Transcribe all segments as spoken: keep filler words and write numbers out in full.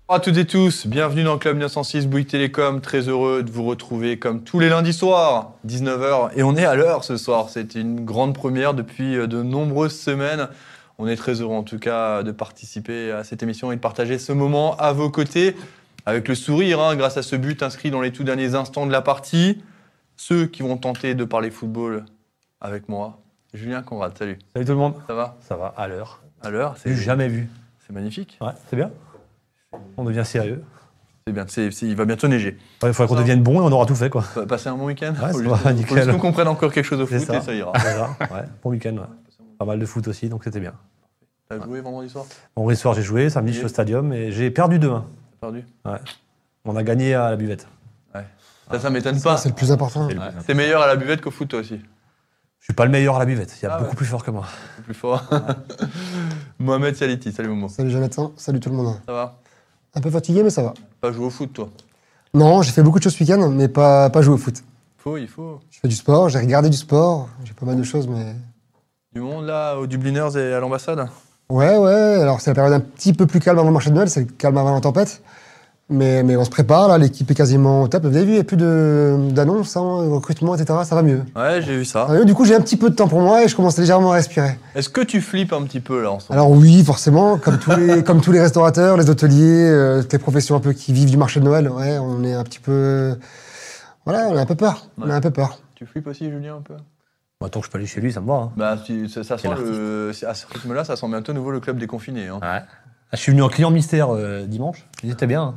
Bonjour à toutes et tous, bienvenue dans le Club neuf cent six Bouygues Télécom, très heureux de vous retrouver comme tous les lundis soirs, dix-neuf heures, et on est à l'heure ce soir, c'est une grande première depuis de nombreuses semaines. On est très heureux en tout cas de participer à cette émission et de partager ce moment à vos côtés, avec le sourire, hein, grâce à ce but inscrit dans les tout derniers instants de la partie. Ceux qui vont tenter de parler football avec moi, Julien Conrad, salut. Salut tout le monde. Ça va? Ça va, à l'heure. À l'heure, c'est jamais vu. C'est magnifique. Ouais, c'est bien. On devient sérieux. C'est bien, c'est, c'est, il va bientôt neiger. Il ouais, faudrait qu'on devienne bon et on aura tout fait, quoi. Passer un bon week-end. Ouais, faut c'est juste, va, faut nickel. juste qu'on comprenne encore quelque chose au C'est foot ça. et ça ira. C'est ça, ouais. Bon week-end, ouais. Pas mal de foot aussi, donc c'était bien. T'as ouais. joué vendredi soir? Vendredi soir, j'ai joué. Samedi, je suis au stadium et j'ai perdu deux un. T'as perdu? Ouais. On a gagné à la buvette. Ouais. Ça, ça m'étonne Ça, pas. c'est le plus important. C'est, le... ouais. c'est meilleur à la buvette qu'au foot, toi aussi? Je suis pas le meilleur à la buvette. Il y a ah, beaucoup ouais. plus fort que moi. Beaucoup plus fort. Ouais. Mohamed Saliti, salut Momo. Salut Jonathan, salut tout le monde. Ça va? Un peu fatigué, mais ça va. Pas jouer au foot, toi? Non, j'ai fait beaucoup de choses ce week-end, mais pas, pas jouer au foot. Faut, il faut. Je fais du sport, j'ai regardé du sport, j'ai pas mal de choses, mais... Du monde, là, aux Dubliners et à l'ambassade? Ouais, ouais, alors c'est la période un petit peu plus calme avant le marché de Noël, c'est le calme avant la tempête. Mais, mais on se prépare, là, l'équipe est quasiment au top. Vous avez vu, il n'y a plus de, d'annonces, hein, de recrutement, et cetera. Ça va mieux. Ouais, j'ai vu ça. Ça va mieux. Du coup, j'ai un petit peu de temps pour moi et je commence légèrement à respirer. Est-ce que tu flippes un petit peu, là, en ce moment? Alors oui, forcément, comme tous les, comme tous les restaurateurs, les hôteliers, euh, toutes les professions un peu qui vivent du marché de Noël, ouais, on est un petit peu... Voilà, on a un peu peur. Ouais. On a un peu peur. Tu flippes aussi, Julien, un peu? Bah, tant que je peux aller chez lui, ça me va. Hein. Bah, tu, ça, ça sent le, à ce rythme-là, ça sent bientôt nouveau le club déconfiné. Hein. Ouais. Ah, je suis venu en client mystère euh, dimanche. Il était bien. Hein.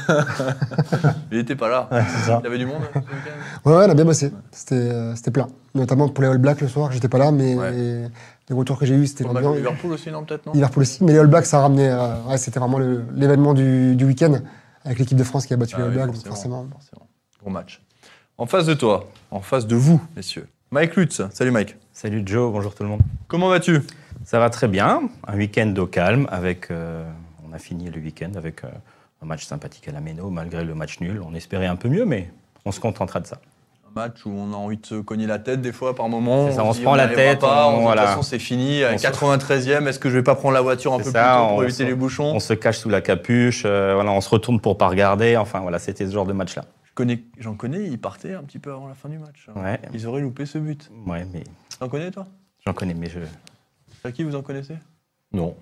Il était pas là. Ouais, c'est ça. Il y avait du monde ce week-end? Ouais, ouais, on a bien bossé. C'était, euh, c'était plein. Notamment pour les All Blacks le soir, j'étais pas là, mais ouais. les, les retours que j'ai eus, c'était pour l'ambiance. Liverpool aussi, non, peut-être, non? Liverpool aussi, mais les All Blacks, ça a ramené. Euh, ouais, c'était vraiment le, l'événement du, du week-end avec l'équipe de France qui a battu ah, les All Blacks, oui, forcément, forcément. forcément. Gros match. En face de toi, en face de vous, messieurs, Mike Lutz. Salut Mike. Salut Joe, bonjour tout le monde. Comment vas-tu? Ça va très bien. Un week-end au calme avec. Euh, on a fini le week-end avec. Euh, Un match sympathique à la Méno, malgré le match nul. On espérait un peu mieux, mais on se contentera de ça. Un match où on a envie de se cogner la tête des fois par moment. C'est ça, on, on se dit, prend on la tête. Pas, on, on, voilà. De toute façon, c'est fini. À on quatre-vingt-treizième, est-ce que je vais pas prendre la voiture un peu ça, plus tôt pour on éviter se, les bouchons? On se cache sous la capuche. Euh, voilà, on se retourne pour pas regarder. Enfin, voilà, c'était ce genre de match-là. Je connais, j'en connais, ils partaient un petit peu avant la fin du match. Ouais. Ils auraient loupé ce but. Ouais, mais. T'en connais, toi? J'en connais, mais je. Jackie, vous en connaissez? Non.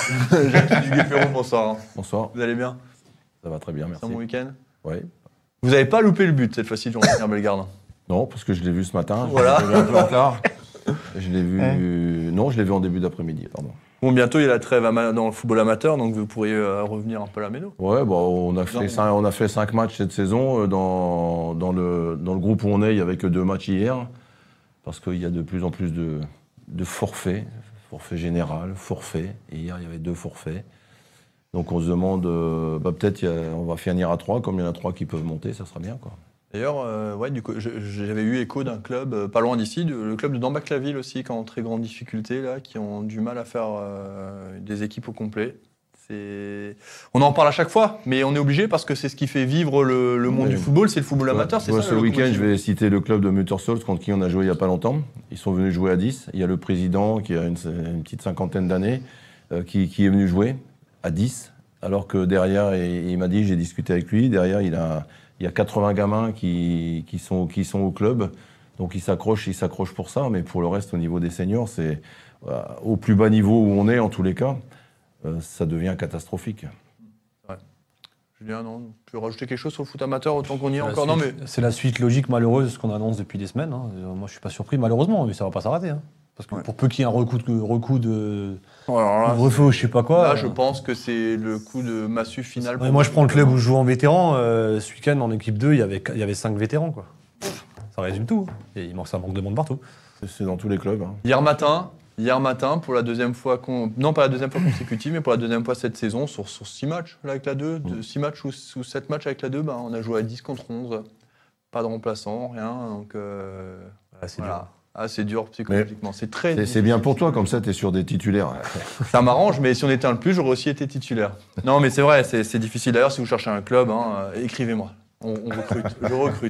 Jackie Duguay-Ferron, bonsoir. Hein. Bonsoir. Vous allez bien? Ça va très bien, merci. C'est un bon week-end? Oui. Vous n'avez pas loupé le but cette fois-ci, Jean-Pierre Bellegarde? Non, parce que je l'ai vu ce matin. Voilà. Je l'ai vu un peu en retard. Je l'ai vu. Ouais. Non, je l'ai vu en début d'après-midi, pardon. Bon, bientôt il y a la trêve dans le football amateur, donc vous pourriez euh, revenir un peu à la Méno. Ouais, bon, on a fait cinq, on a fait cinq matchs cette saison. Dans, dans, le, dans le groupe où on est, il n'y avait que deux matchs hier, parce qu'il y a de plus en plus de, de forfaits, forfait général, forfait. Et hier, il y avait deux forfaits. Donc on se demande, euh, bah, peut-être y a, on va finir à trois, comme il y en a trois qui peuvent monter, ça sera bien, quoi. D'ailleurs, euh, ouais, du coup, je, j'avais eu écho d'un club euh, pas loin d'ici, de, le club de Dambach-la-Ville aussi, qui est en très grande difficulté, là, qui ont du mal à faire euh, des équipes au complet. C'est... On en parle à chaque fois, mais on est obligé parce que c'est ce qui fait vivre le, le monde mais, du football, c'est le football amateur. Ouais, c'est ouais, ça, ce week-end, je vais citer le club de Muttersholtz, contre qui on a joué il n'y a pas longtemps. Ils sont venus jouer à dix. Il y a le président qui a une, une petite cinquantaine d'années euh, qui, qui est venu jouer à dix. Alors que derrière, il, il m'a dit, j'ai discuté avec lui, derrière, il, a, il y a quatre-vingts gamins qui, qui, sont, qui sont au club. Donc, il s'accroche, il s'accroche pour ça. Mais pour le reste, au niveau des seniors, c'est euh, au plus bas niveau où on est, en tous les cas, euh, ça devient catastrophique. Ouais. Julien, non, tu peux rajouter quelque chose sur le foot amateur, autant qu'on y est encore? Suite, non, mais... C'est la suite logique, malheureuse, ce qu'on annonce depuis des semaines. Hein. Moi, je ne suis pas surpris, malheureusement, mais ça ne va pas s'arrêter. Hein. Parce que ouais. Pour peu qu'il y ait un recours de, recours de refeu, je sais pas quoi. Là, euh... je pense que c'est le coup de massue final. Ouais, moi, je prends le club où je joue en vétéran. Euh, ce week-end, en équipe deux, il y avait, il y avait cinq vétérans, quoi. Ça résume tout. Et il manque, ça manque de monde partout. C'est dans tous les clubs. Hein. Hier matin, hier matin, pour la deuxième fois, con... non pas la deuxième fois consécutive, mais pour la deuxième fois cette saison, sur, sur six matchs là, avec la deux, mmh. six matchs ou, ou sept matchs avec la deux, bah, on a joué à dix contre onze. Pas de remplaçants, rien. Donc, euh... ah, c'est voilà. dur. Ah, c'est dur psychologiquement, c'est très c'est, c'est bien pour toi, comme ça, t'es sur des titulaires. Ça m'arrange, mais si on était un de plus, j'aurais aussi été titulaire. Non, mais c'est vrai, c'est, c'est difficile. D'ailleurs, si vous cherchez un club, hein, euh, écrivez-moi. On, on recrute, je recrute.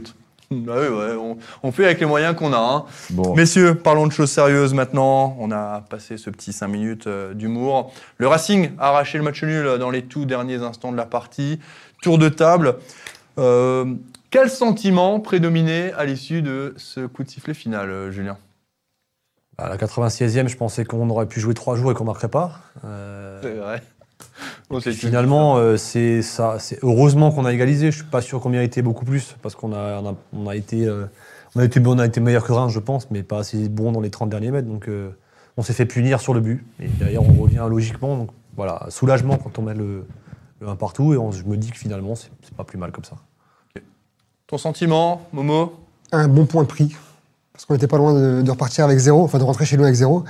Ah oui, ouais, on, on fait avec les moyens qu'on a. Hein. Bon. Messieurs, parlons de choses sérieuses maintenant. On a passé ce petit cinq minutes euh, d'humour. Le Racing a arraché le match nul dans les tout derniers instants de la partie. Tour de table. Euh, quel sentiment prédominait à l'issue de ce coup de sifflet final, euh, Julien ? À la quatre-vingt-seizième, je pensais qu'on aurait pu jouer trois jours et qu'on ne marquerait pas. Euh... C'est vrai. Bon, c'est Finalement, euh, c'est ça. C'est heureusement qu'on a égalisé. Je suis pas sûr qu'on méritait beaucoup plus parce qu'on a, on a, on a été, euh, on a été, on a été meilleur que Reims, je pense, mais pas assez bon dans les trente derniers mètres. Donc, euh, on s'est fait punir sur le but. Et derrière, on revient logiquement. Donc, voilà, soulagement quand on met le, le un partout. Et on, je me dis que finalement, c'est, c'est pas plus mal comme ça. Okay. Ton sentiment, Momo ? Un bon point pris. Parce qu'on n'était pas loin de, de repartir avec zéro, enfin de rentrer chez nous avec zéro.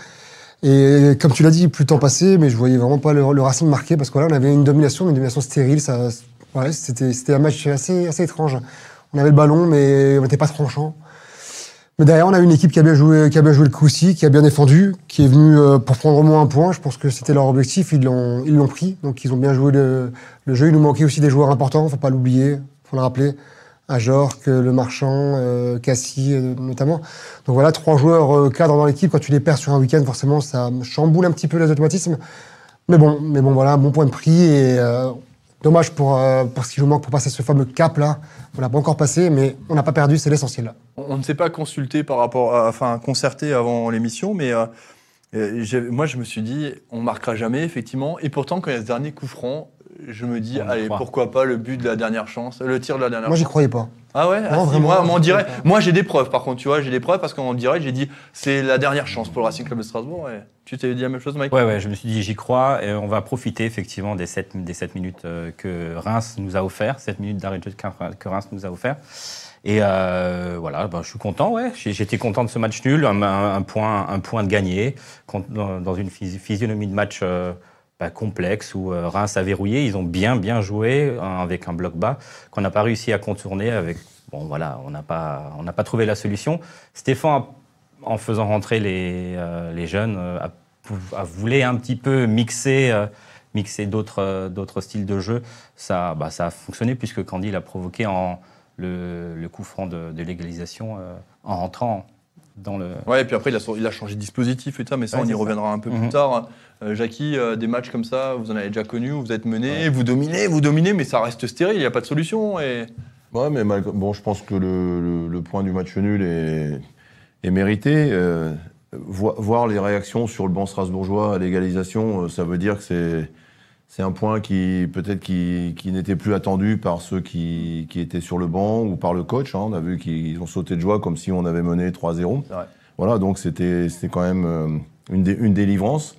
Et comme tu l'as dit, plus le temps passait, mais je voyais vraiment pas le, le Racing marquer, parce que là, on avait une domination, mais une domination stérile. Ça, ouais, c'était, c'était un match assez, assez étrange. On avait le ballon, mais on n'était pas tranchant. Mais derrière, on a une équipe qui a bien joué, qui a bien joué le coup-ci, qui a bien défendu, qui est venue euh, pour prendre au moins un point. Je pense que c'était leur objectif, ils l'ont, ils l'ont pris. Donc ils ont bien joué le, le jeu. Il nous manquait aussi des joueurs importants, faut pas l'oublier, faut le rappeler. Ajorc, Le Marchand, euh, Cassie euh, notamment. Donc voilà, trois joueurs euh, cadres dans l'équipe. Quand tu les perds sur un week-end, forcément, ça chamboule un petit peu les automatismes. Mais bon, mais bon voilà, bon point de prix. Et euh, dommage pour, euh, pour ce qui nous manque pour passer ce fameux cap-là. On l'a pas encore passé, mais on n'a pas perdu, c'est l'essentiel. Là. On, on ne s'est pas consulté par rapport à, enfin, concerté avant l'émission, mais euh, j'ai, moi, je me suis dit, on marquera jamais, effectivement. Et pourtant, quand il y a ce dernier coup franc, je me dis, on allez, croit. Pourquoi pas le but de la dernière chance, le tir de la dernière Moi, chance. j'y croyais pas. Ah ouais, Non, ah si, vraiment, moi, moi, on j'y dirait, croyais pas. moi j'ai des preuves par contre, tu vois, j'ai des preuves parce qu'en direct j'ai dit c'est la dernière chance pour le Racing Club de Strasbourg. Et tu t'es dit la même chose, Mike ? Ouais, ouais, je me suis dit j'y crois et on va profiter effectivement des sept des sept minutes euh, que Reims nous a offert, sept minutes d'arrêt de jeu que Reims nous a offert. Et euh, voilà, ben, je suis content, ouais. J'étais content de ce match nul, un, un, un point, un point de gagné dans, dans une physionomie de match. Euh, Bah, complexe où euh, Reims a verrouillé, ils ont bien bien joué hein, avec un bloc bas qu'on n'a pas réussi à contourner avec bon voilà, on n'a pas on n'a pas trouvé la solution. Stéphane a, en faisant rentrer les euh, les jeunes euh, a, a voulu un petit peu mixer euh, mixer d'autres euh, d'autres styles de jeu, ça bah, ça a fonctionné puisque Candy l'a provoqué en le, le coup franc de, de l'égalisation euh, en rentrant dans le... Ouais, et puis après, il a, il a changé de dispositif et ça, mais ça, Ouais, on y c'est reviendra un peu Mhm. plus tard. Euh, Jackie, euh, des matchs comme ça, vous en avez déjà connu, vous êtes mené, ouais. vous dominez, vous dominez, mais ça reste stérile, il n'y a pas de solution. Et... Ouais, mais malgré, bon, je pense que le, le, le point du match nul est, est mérité. Euh, vo- voir les réactions sur le banc strasbourgeois à l'égalisation, euh, ça veut dire que c'est... C'est un point qui peut-être qui, qui n'était plus attendu par ceux qui, qui étaient sur le banc ou par le coach. Hein. On a vu qu'ils ont sauté de joie comme si on avait mené trois zéro. Voilà, donc c'était, c'était quand même euh, une, dé, une délivrance.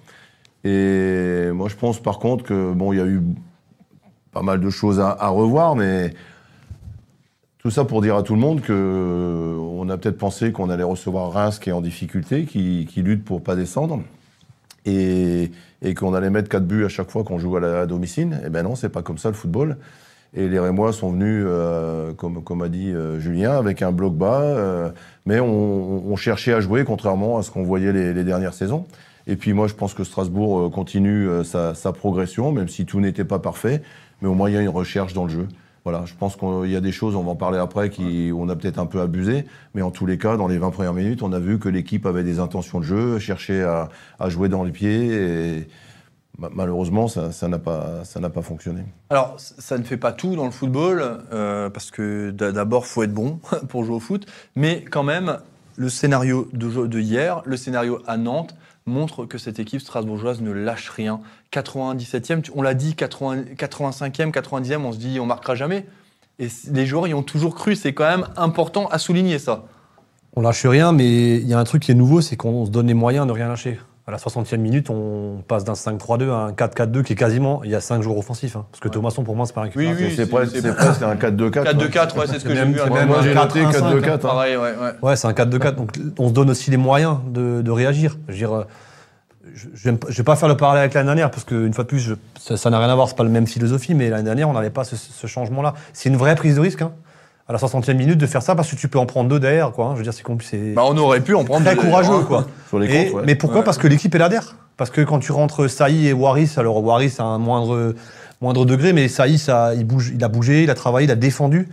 Et moi, je pense par contre que bon, il y a eu pas mal de choses à, à revoir, mais tout ça pour dire à tout le monde que on a peut-être pensé qu'on allait recevoir Reims qui est en difficulté, qui, qui lutte pour pas descendre. Et, et qu'on allait mettre quatre buts à chaque fois qu'on joue à, la, à domicile. Eh ben non, c'est pas comme ça le football. Et les Rémois sont venus, euh, comme, comme a dit euh, Julien, avec un bloc bas, euh, mais on, on cherchait à jouer, contrairement à ce qu'on voyait les, les dernières saisons. Et puis moi, je pense que Strasbourg continue euh, sa, sa progression, même si tout n'était pas parfait, mais au moins il y a une recherche dans le jeu. Voilà, je pense qu'il y a des choses, on va en parler après, qui, on a peut-être un peu abusé, mais en tous les cas, dans les vingt premières minutes, on a vu que l'équipe avait des intentions de jeu, cherchait à, à jouer dans les pieds, et malheureusement, ça, ça n'a pas, ça n'a pas fonctionné. Alors, ça ne fait pas tout dans le football, euh, parce que d'abord, il faut être bon pour jouer au foot, mais quand même, le scénario de, de hier, le scénario à Nantes, montre que cette équipe strasbourgeoise ne lâche rien. quatre-vingt-dix-septième, on l'a dit, quatre-vingt-cinquième, quatre-vingt-dixième, on se dit on marquera jamais. Et les joueurs y ont toujours cru, c'est quand même important à souligner ça. On lâche rien, mais il y a un truc qui est nouveau, c'est qu'on se donne les moyens de rien lâcher. À la soixantième minute, on passe d'un cinq trois deux à un quatre quatre deux qui est quasiment, il y a cinq joueurs offensifs. Hein, parce que ouais. Thomasson, pour moi, c'est pas un oui, oui, c'est, c'est, presque, c'est presque un quatre deux quatre. quatre deux quatre, ouais, c'est ce que j'ai vu. Même, moi, j'ai noté quatre deux quatre. Hein. Pareil, ouais, ouais. Ouais, c'est un quatre deux quatre. Donc, on se donne aussi les moyens de, de réagir. Je veux dire, je ne vais pas faire le parallèle avec l'année dernière, parce qu'une fois de plus, je, ça, ça n'a rien à voir, c'est pas la même philosophie, mais l'année dernière, on n'avait pas ce, ce changement-là. C'est une vraie prise de risque, hein, à la soixantième minute, de faire ça, parce que tu peux en prendre deux derrière, quoi. Hein. Je veux dire, c'est compliqué. Bah, on aurait pu en prendre très deux courageux, derrière, quoi. Sur les et, comptes, ouais. Mais pourquoi ? Ouais. Parce que l'équipe est l'adhère. Parce que quand tu rentres Saï et Waris, alors Waris a un moindre, moindre degré, mais Saï, ça, il, bouge, il a bougé, il a travaillé, il a défendu.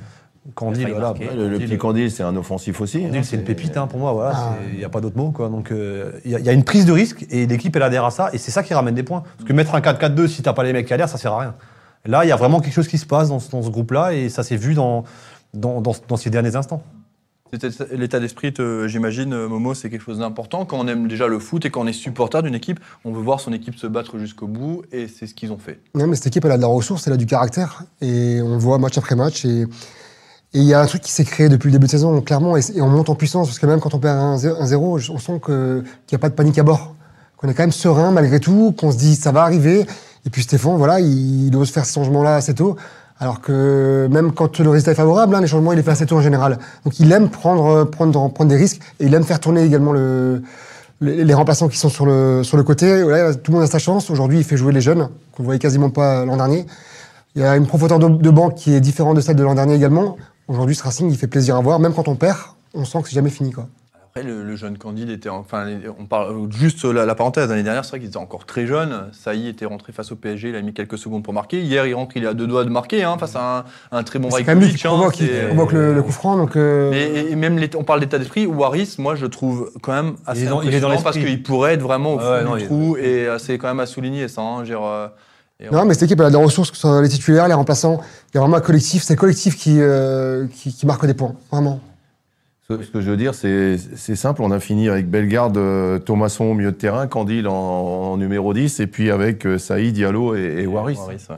Candil, failli voilà. marquer. Ouais, le, le petit Candil, c'est un offensif aussi. Candil, hein, c'est une pépite hein, pour moi, voilà, Ah. il n'y a pas d'autre mot. Quoi. Donc il y, y a une prise de risque et l'équipe elle adhère à ça et c'est ça qui ramène des points. Parce que mettre un quatre quatre deux si tu n'as pas les mecs qui adhèrent, ça sert à rien. Là, il y a vraiment quelque chose qui se passe dans, ce- dans ce groupe-là et ça s'est vu dans, dans, dans, dans ces derniers instants. C'était l'état d'esprit, te- j'imagine, euh, Momo, c'est quelque chose d'important. Quand on aime déjà le foot et quand on est supporter d'une équipe, on veut voir son équipe se battre jusqu'au bout et c'est ce qu'ils ont fait. Non, mais cette équipe, elle a de la ressource, elle a du caractère. Et on le voit match après match. Et et il y a un truc qui s'est créé depuis le début de saison, clairement. Et, et on monte en puissance. Parce que même quand on perd un zéro, on sent que- qu'il n'y a pas de panique à bord. Qu'on est quand même serein malgré tout. Qu'on se dit, ça va arriver. Et puis Stéphane, voilà, il, il ose faire ce changement-là assez tôt. Alors que même quand le résultat est favorable, hein, les changements, il les fait assez tôt en général. Donc il aime prendre, prendre, prendre des risques. Et il aime faire tourner également le, les, les remplaçants qui sont sur le, sur le côté. Voilà, tout le monde a sa chance. Aujourd'hui, il fait jouer les jeunes, qu'on ne voyait quasiment pas l'an dernier. Il y a une profondeur de, de banc qui est différente de celle de l'an dernier également. Aujourd'hui, ce Racing, il fait plaisir à voir. Même quand on perd, on sent que c'est jamais fini, quoi. Après, le, le jeune Candil était. Enfin, on parle juste la, la parenthèse. L'année dernière, c'est vrai qu'il était encore très jeune. Saï était rentré face au P S G. Il a mis quelques secondes pour marquer. Hier, il rentre, il est à deux doigts de marquer hein, face à un, un très bon C'est quand même lui Rajkovic. qui provoque, hein, il c'est- provoque le, le coup franc. Donc, euh, Mais et même, l'état- on parle d'état d'esprit. Waris, moi, je trouve quand même assez est dans- il est dans impressionnant parce l'esprit. qu'il pourrait être vraiment au fond Ouais, du non, il- trou et euh, c'est quand même à souligner ça. Hein, je veux dire, euh, et on- Non, mais cette équipe, elle a des ressources, que ce soit les titulaires, les remplaçants. Il y a vraiment un collectif. C'est le collectif qui, euh, qui, qui marque des points, vraiment. Ce, ce que je veux dire, c'est c'est simple. On a fini avec Bellegarde, euh, Thomasson au milieu de terrain, Candil en, en numéro dix, et puis avec euh, Saïd, Diallo et, et Waris. ouais.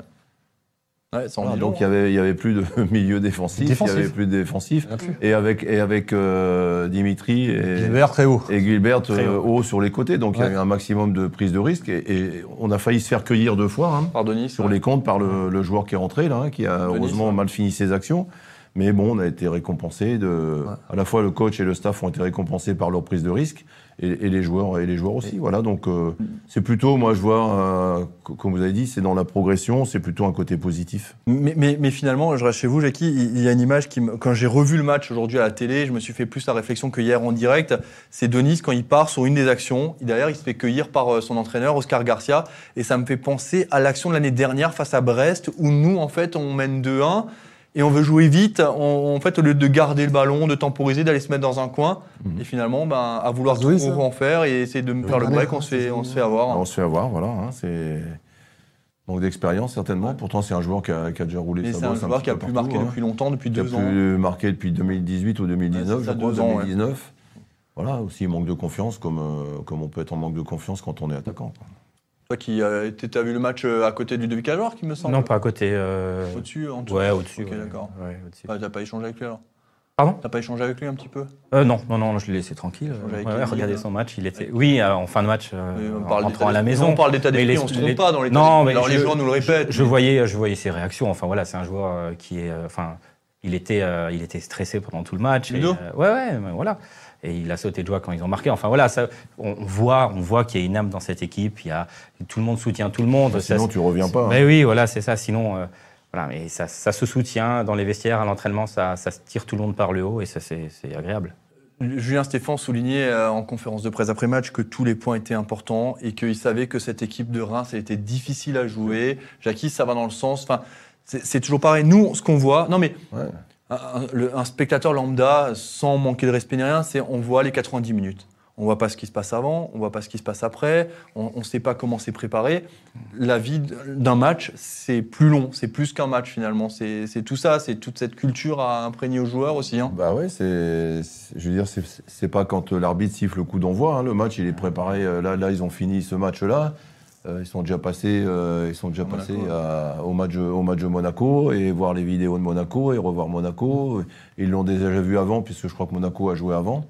Ouais, ça en Voilà, dit donc long, il y avait, il y avait plus de milieu défensif, Défensif. il y avait plus de défensif, Il y en a plus. et avec et avec euh, Dimitri et Gilbert très haut. et Gilbert Très euh, haut. haut sur les côtés. Donc il y Ouais. avait un maximum de prise de risque et, et on a failli se faire cueillir deux fois hein, par Denis. sur les comptes par le, le joueur qui est rentré là, hein, qui a Denis, heureusement ouais. mal fini ses actions. Mais bon, on a été récompensé de, à la fois le coach et le staff ont été récompensés par leur prise de risque et, et les joueurs et les joueurs aussi. Voilà, donc euh, c'est plutôt, moi je vois, euh, c- comme vous avez dit, c'est dans la progression, c'est plutôt un côté positif. Mais, mais, mais finalement, je reste chez vous, Jackie, il il y a une image qui, me- quand j'ai revu le match aujourd'hui à la télé, je me suis fait plus la réflexion que hier en direct. C'est Denis, quand il part sur une des actions, derrière, il se fait cueillir par euh, son entraîneur, Oscar Garcia, et ça me fait penser à l'action de l'année dernière face à Brest, où nous, en fait, on mène deux un, et on veut jouer vite, on, en fait, au lieu de garder le ballon, de temporiser, d'aller se mettre dans un coin, Mhm. et finalement, ben, à vouloir Oui, trop ça. en faire et essayer de me faire le Ouais, break, ouais, on se fait, c'est- on se fait avoir. On se fait avoir, voilà, hein, c'est manque d'expérience certainement. Pourtant, c'est un joueur qui a, qui a déjà roulé Mais sa c'est un bosse joueur petit qui a peu pu partout, marquer hein. depuis longtemps, depuis qui a deux ans. pu marquer depuis deux mille dix-huit ou deux mille dix-neuf, Ouais, c'est ça, je crois, deux ans, deux mille dix-neuf. Voilà, aussi manque de confiance, comme, euh, comme on peut être en manque de confiance quand on est attaquant. quoi. Toi qui euh, as vu le match euh, à côté du Devic-Ajor, qui me semble Non, pas à côté. euh, Au-dessus, en dessous Ouais, au-dessus. Ok, ouais. d'accord. Ouais, au-dessus. Ah, t'as pas échangé avec lui alors Pardon T'as pas échangé avec lui un petit peu Euh, non, non, non, je l'ai laissé tranquille. Échanger avec Ouais, ouais, Kevin, regardez là. son match. Il était, oui, euh, en fin de match, euh, Mais on en parle rentrant d'état à la d'esprit. maison. On parle d'état Mais d'esprit, les- on se trompe les- pas dans l'état Non, d'esprit. mais Alors les je- joueurs nous le répètent. Je mais- voyais, je voyais ses réactions. Enfin voilà, c'est un joueur euh, qui est, euh, enfin, il était, euh, il était stressé pendant tout le match. Et, Ludo euh, ouais, ouais, mais voilà. Et il a sauté de joie quand ils ont marqué. Enfin voilà, ça, on on voit, on voit qu'il y a une âme dans cette équipe. Il y a tout le monde soutient tout le monde. Bah, Ça, sinon, c'est- tu reviens pas. hein. Mais oui, voilà, c'est ça. Sinon, euh, voilà, mais ça, ça se soutient dans les vestiaires, à l'entraînement, ça, ça se tire tout le monde par le haut et ça, c'est c'est agréable. Julien Stéphan soulignait euh, en conférence de presse après match que tous les points étaient importants et qu'il savait que cette équipe de Reims elle était difficile à jouer. Jackie, ça va dans le sens. Enfin, c'est c'est toujours pareil. Nous, ce qu'on voit, non mais Ouais. un, un- le- un spectateur lambda, sans manquer de respect ni rien, c'est on voit les quatre-vingt-dix minutes. On voit pas ce qui se passe avant, on voit pas ce qui se passe après, on ne sait pas comment c'est préparé. La vie d'un match, c'est plus long, c'est plus qu'un match finalement. C'est c'est tout ça, c'est toute cette culture à imprégner aux joueurs aussi. Hein. Bah ouais, c'est, c'est- je veux dire, c'est, c'est pas quand euh, l'arbitre siffle le coup d'envoi. hein, le match, il est préparé. euh, Là, là, ils ont fini ce match-là. euh, ils sont déjà passés, euh, ils sont déjà À passés Monaco, à- au match, au match de Monaco et voir les vidéos de Monaco et revoir Monaco. Ils l'ont déjà vu avant, puisque je crois que Monaco a joué avant.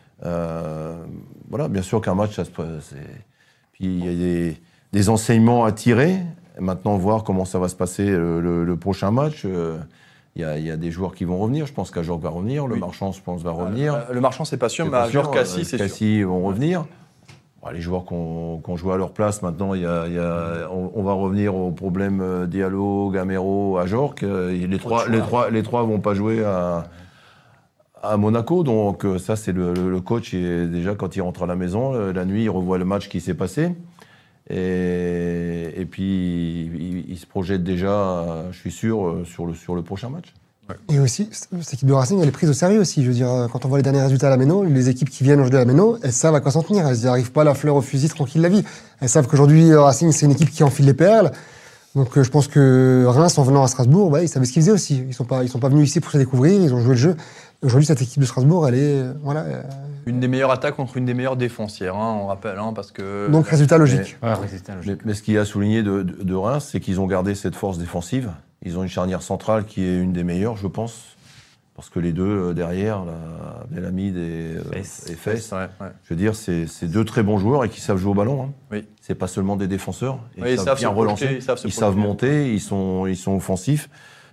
Euh, voilà, bien sûr qu'un match, ça se passe. c'est- Puis il y a des, des enseignements à tirer. Maintenant, voir comment ça va se passer le, le- le prochain match. euh, Il y, a, il y a des joueurs qui vont revenir. Je pense qu'Ajorc va revenir. Le Oui. Marchand, je pense, va revenir. Euh, le marchand, c'est pas sûr, C'est mais pas Ajor, sûr, Cassis, euh, c'est sûr. Cassis vont revenir. Bon, les joueurs qu'on qu'on joue à leur place, maintenant, il y a, il y a- on, on va revenir au problème euh, Diallo, Gamero, Ajorc. Euh, et Les trois, les trois, les trois vont pas jouer à, à Monaco. Donc euh, ça, c'est le, le- le coach. Et déjà, quand il rentre à la maison, euh, la nuit, il revoit le match qui s'est passé. Et, et puis, il, il se projette déjà, euh, je suis sûr, euh, sur le, sur le prochain match. Et aussi, cette équipe de Racing, elle est prise au sérieux aussi. Je veux dire, quand on voit les derniers résultats à la Méno, les équipes qui viennent jouer à la Méno, elles savent à quoi s'en tenir. Elles n'arrivent pas la fleur au fusil tranquille la vie. Elles savent qu'aujourd'hui, Racing, c'est une équipe qui enfile les perles. Donc, euh, je pense que Reims, en venant à Strasbourg, bah, ils savaient ce qu'ils faisaient aussi. Ils sont pas, ils sont pas venus ici pour se découvrir. Ils ont joué le jeu. Aujourd'hui, cette équipe de Strasbourg, elle est, euh, voilà. euh, Une des meilleures attaques contre une des meilleures défensières, hein, on rappelle, hein, parce que. donc, résultat logique. Ouais, résultat Mais, logique. mais ce qui a souligné de, de, de Reims, c'est qu'ils ont gardé cette force défensive. Ils ont une charnière centrale qui est une des meilleures, je pense. Parce que les deux euh, derrière, là, Belamide et, euh, Fess. et Fess, Ouais, ouais. je veux dire, c'est c'est deux très bons joueurs et qui savent jouer au ballon. Hein. Oui. C'est pas seulement des défenseurs. Et Ouais, ils savent bien se relancer. projeter, ils savent se Ils savent projeter. monter, ils sont, ils sont offensifs.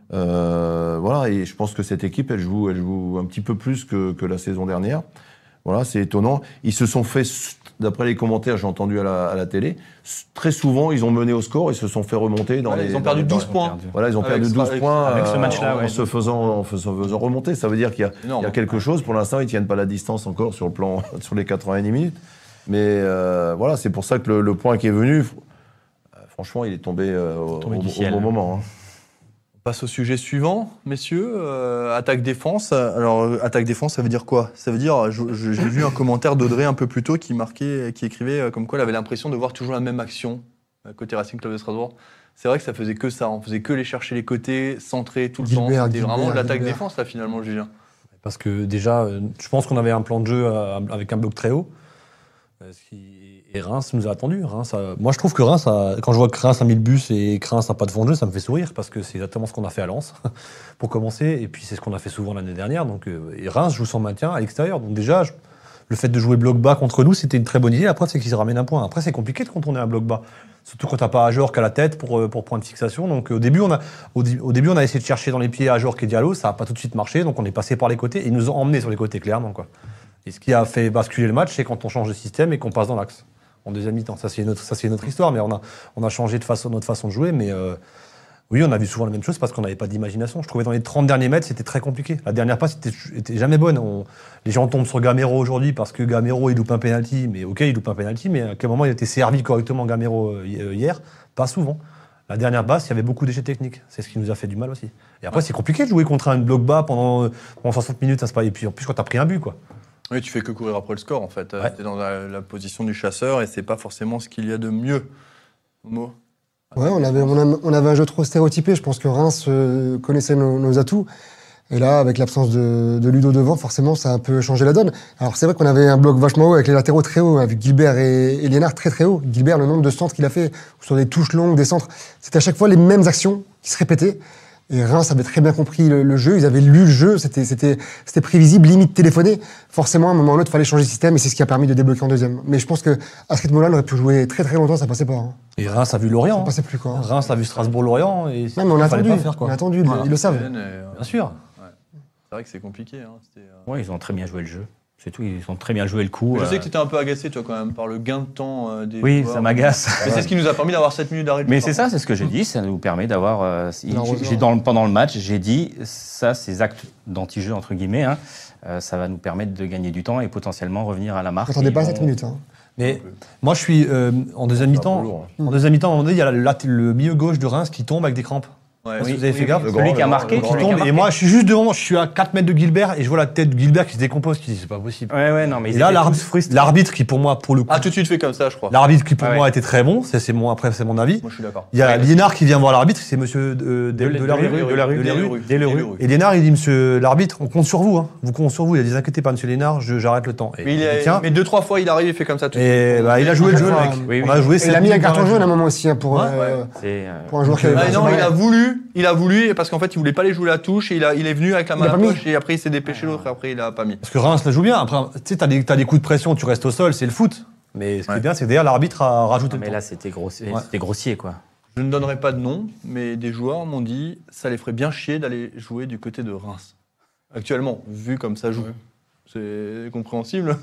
Euh, voilà, et je pense que cette équipe, elle joue, elle joue un petit peu plus que, que la saison dernière. Voilà, c'est étonnant. Ils se sont fait, d'après les commentaires, j'ai entendu à la, à la télé, très souvent, ils ont mené au score et se sont fait remonter dans Ouais, les. ils ont perdu dans- douze points. Voilà, ils ont Avec perdu Stra- douze avec- points avec ce euh, match-là, en, ouais. en se faisant, en se faisant remonter. Ça veut dire qu'il y a, Énorme. il y a quelque chose. Pour l'instant, ils tiennent pas la distance encore sur le plan, sur les quatre-vingt-dix minutes. Mais euh, voilà, c'est pour ça que le, le point qui est venu, euh, franchement, il est tombé, euh, au, Tombé du au- au ciel. bon moment. hein. On passe au sujet suivant, messieurs. Euh, attaque-défense. Alors, euh, attaque-défense, ça veut dire quoi? Ça veut dire, je- je- j'ai vu un commentaire d'Audrey un peu plus tôt qui marquait, qui écrivait euh, comme quoi elle avait l'impression de voir toujours la même action euh, côté Racing Club de Strasbourg. C'est vrai que ça faisait que ça. On faisait que les chercher les côtés, centrer tout le Gilbert, temps. C'était Gilbert, vraiment de Gilbert. l'attaque-défense, là, finalement, Julien. Parce que déjà, euh, je pense qu'on avait un plan de jeu euh, avec un bloc très haut. Euh, ce qui- Et Reims nous a attendu. Reims a- Moi, je trouve que Reims, a- quand je vois que Reims a mis le bus et que Reims n'a pas de fond de jeu, ça me fait sourire parce que c'est exactement ce qu'on a fait à Lens, pour commencer. Et puis, c'est ce qu'on a fait souvent l'année dernière. Donc, euh, et Reims joue son maintien à l'extérieur. Donc, déjà, je- le fait de jouer bloc bas contre nous, c'était une très bonne idée. La preuve, c'est qu'ils se ramènent un point. Après, c'est compliqué de contourner un bloc bas. Surtout quand t'as pas Ajorc à la tête pour, euh, pour point de fixation. Donc, euh, au début, on a, au, di- au début, on a essayé de chercher dans les pieds Ajorc et Diallo. Ça n'a pas tout de suite marché. Donc, on est passé par les côtés. Et ils nous ont emmenés sur les côtés, clairement, quoi. Et ce qui a fait basculer le match, c'est quand on change de système et qu'on passe dans l'axe en deuxième mi-temps. Ça, c'est notre, ça, c'est notre histoire, mais on a, on a changé de façon, notre façon de jouer. Mais euh, oui, on a vu souvent la même chose parce qu'on n'avait pas d'imagination. Je trouvais dans les trente derniers mètres, c'était très compliqué. La dernière passe était, était jamais bonne. On- les gens tombent sur Gamero aujourd'hui parce que Gamero, il loupe un penalty. Mais ok, il loupe un penalty, mais à quel moment il a été servi correctement, Gamero, euh, hier? Pas souvent. La dernière passe, il y avait beaucoup d'échecs techniques. C'est ce qui nous a fait du mal aussi. Et après, c'est compliqué de jouer contre un bloc bas pendant, pendant soixante minutes. Ça se passe. Et puis en plus, quand tu as pris un but, quoi. Oui, tu fais que courir après le score, en fait. Ouais. Tu es dans la, la position du chasseur et c'est pas forcément ce qu'il y a de mieux. Mo. Ouais, on avait, on, a- on avait un jeu trop stéréotypé. Je pense que Reims euh, connaissait nos, nos atouts. Et là, avec l'absence de, de Ludo devant, forcément, ça a un peu changé la donne. Alors, c'est vrai qu'on avait un bloc vachement haut avec les latéraux très hauts, avec Gilbert et, et Liénard très très haut. Gilbert, le nombre de centres qu'il a fait sur des touches longues, des centres, c'était à chaque fois les mêmes actions qui se répétaient. Et Reims avait très bien compris le, le jeu, ils avaient lu le jeu, c'était, c'était, c'était prévisible, limite téléphoné. Forcément, à un moment ou à l'autre, il fallait changer de système et c'est ce qui a permis de débloquer en deuxième. Mais je pense que à ce rythme-là, on aurait pu jouer très très longtemps, ça passait pas. Hein. Et Reims a vu Lorient. Ça hein. passait plus quoi. Reims a vu Strasbourg-Lorient. Et Non, mais on a fallait attendu, pas faire, quoi. on a attendu, ils- Voilà. ils le savent. Et, euh, Bien sûr. C'est vrai que c'est compliqué. Hein. C'était, euh, Ouais, ils ont très bien joué le jeu. C'est tout, ils ont très bien joué le coup. Mais je sais euh. que tu étais un peu agacé, toi, quand même, par le gain de temps euh, des Oui, joueurs. ça m'agace. Mais c'est ce qui nous a permis d'avoir sept minutes d'arrêt de Mais temps. c'est ça, c'est ce que j'ai dit. Ça nous permet d'avoir. euh, La j'ai- roseur. j'ai dans le- pendant le match, j'ai dit ça, ces actes d'anti-jeu entre guillemets, hein, euh, ça va nous permettre de gagner du temps et potentiellement revenir à la marque. Attendez Et pas à on- sept minutes. Hein. Mais moi, je suis euh, en deuxième C'est un peu mi-temps. lourd, En deuxième mi-temps, à un moment donné, il y a la- le milieu gauche de Reims qui tombe avec des crampes. Ouais, Est-ce oui. que vous avez oui, fait oui, gaffe le Celui grand, qui a le marqué, grand, Qui le celui qui a tombe, marqué. et moi, je suis juste devant, je suis à quatre mètres de Gilbert et je vois la tête de Gilbert qui se décompose. Je dis, c'est pas possible. Ouais, ouais, non, mais Et ils là, étaient l'arbitre, tous frustrés. l'arbitre qui, pour moi, pour le coup, Ah, tout de suite fait comme ça, je crois. l'arbitre qui, pour Ah ouais. moi, était très bon, c'est, c'est mon, après, c'est mon avis. Moi, je suis d'accord. Il y a Ouais. Liénard qui vient voir l'arbitre, c'est monsieur euh, de, de, de, la rue. de la rue, de la rue. Dès le rue. Et Liénard, il dit, monsieur l'arbitre, on compte sur vous. Hein. Vous comptez sur vous. Il a dit, inquiétez pas, monsieur Liénard, je, j'arrête le temps. Et, Mais, il il a- dit, tiens. mais deux, trois fois, il arrive, il fait comme ça tout de Et suite. bah, il a joué le jeu, le mec. Oui, oui. On a joué Et sept il a mis un minutes carton dans le jaune à jeu. un moment aussi hein, pour, Ouais, euh, C'est, euh, pour un joueur qui Donc, avait Ah pas non, joué. il a voulu, il a voulu, parce qu'en fait, il voulait pas les jouer la touche, et il, a, il est venu avec la main Il à a la pas mis. poche, et après, il s'est dépêché l'autre, et après, il a pas mis. Parce que Reims la joue bien. Après, tu sais, t'as des, t'as des coups de pression, tu restes au sol, c'est le foot. Mais ce qui Ouais. est bien, c'est que derrière, l'arbitre a rajouté non, le mais temps. là, c'était grossier, Ouais. c'était grossier, quoi. Je ne donnerai pas de nom, mais des joueurs m'ont dit ça les ferait bien chier d'aller jouer du côté de Reims. Actuellement, vu comme ça joue. C'est compréhensible.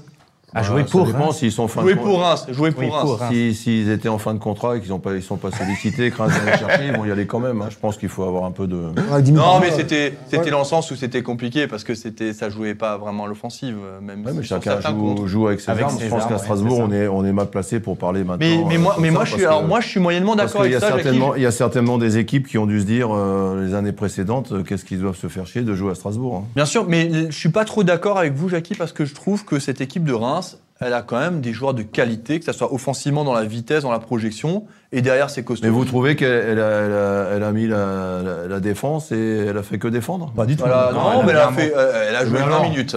À jouer Ça pour dépend Reims. s'ils sont en fin Jouer de pour Reims, jouer pour Oui, Reims. pour Reims. Si- S'ils étaient en fin de contrat et qu'ils ne sont pas sollicités, que Reims vient les chercher, ils vont y aller quand même. hein. Je pense qu'il faut avoir un peu de. Ouais, dix mille Non, par mais mois, c'était c'était Ouais. dans le sens où c'était compliqué parce que c'était ça jouait pas vraiment à l'offensive, euh, même Ouais, mais si sur chacun certains joue, comptes. joue avec ses Avec armes. ses Je pense armes, qu'à ouais, Strasbourg, c'est ça. on est, on est mal placé pour parler maintenant. Mais, mais euh, moi, comme mais ça, moi, je parce suis, que- alors, moi, je suis moyennement Parce d'accord qu'il y avec a ça. Jackie. certainement, il y a certainement des équipes qui ont dû se dire euh, les années précédentes, euh, qu'est-ce qu'ils doivent se faire chier de jouer à Strasbourg. hein. Bien sûr, mais je suis pas trop d'accord avec vous, Jackie, parce que je trouve que cette équipe de Reims, elle a quand même des joueurs de qualité, que ce soit offensivement dans la vitesse, dans la projection, et derrière c'est costaud. Mais vous trouvez qu'elle elle a, elle a- elle a mis la, la- la défense et elle a fait que défendre Pas du tout. Voilà, non, Non, mais elle a, elle a fait, euh, elle a joué Mais vingt alors minutes.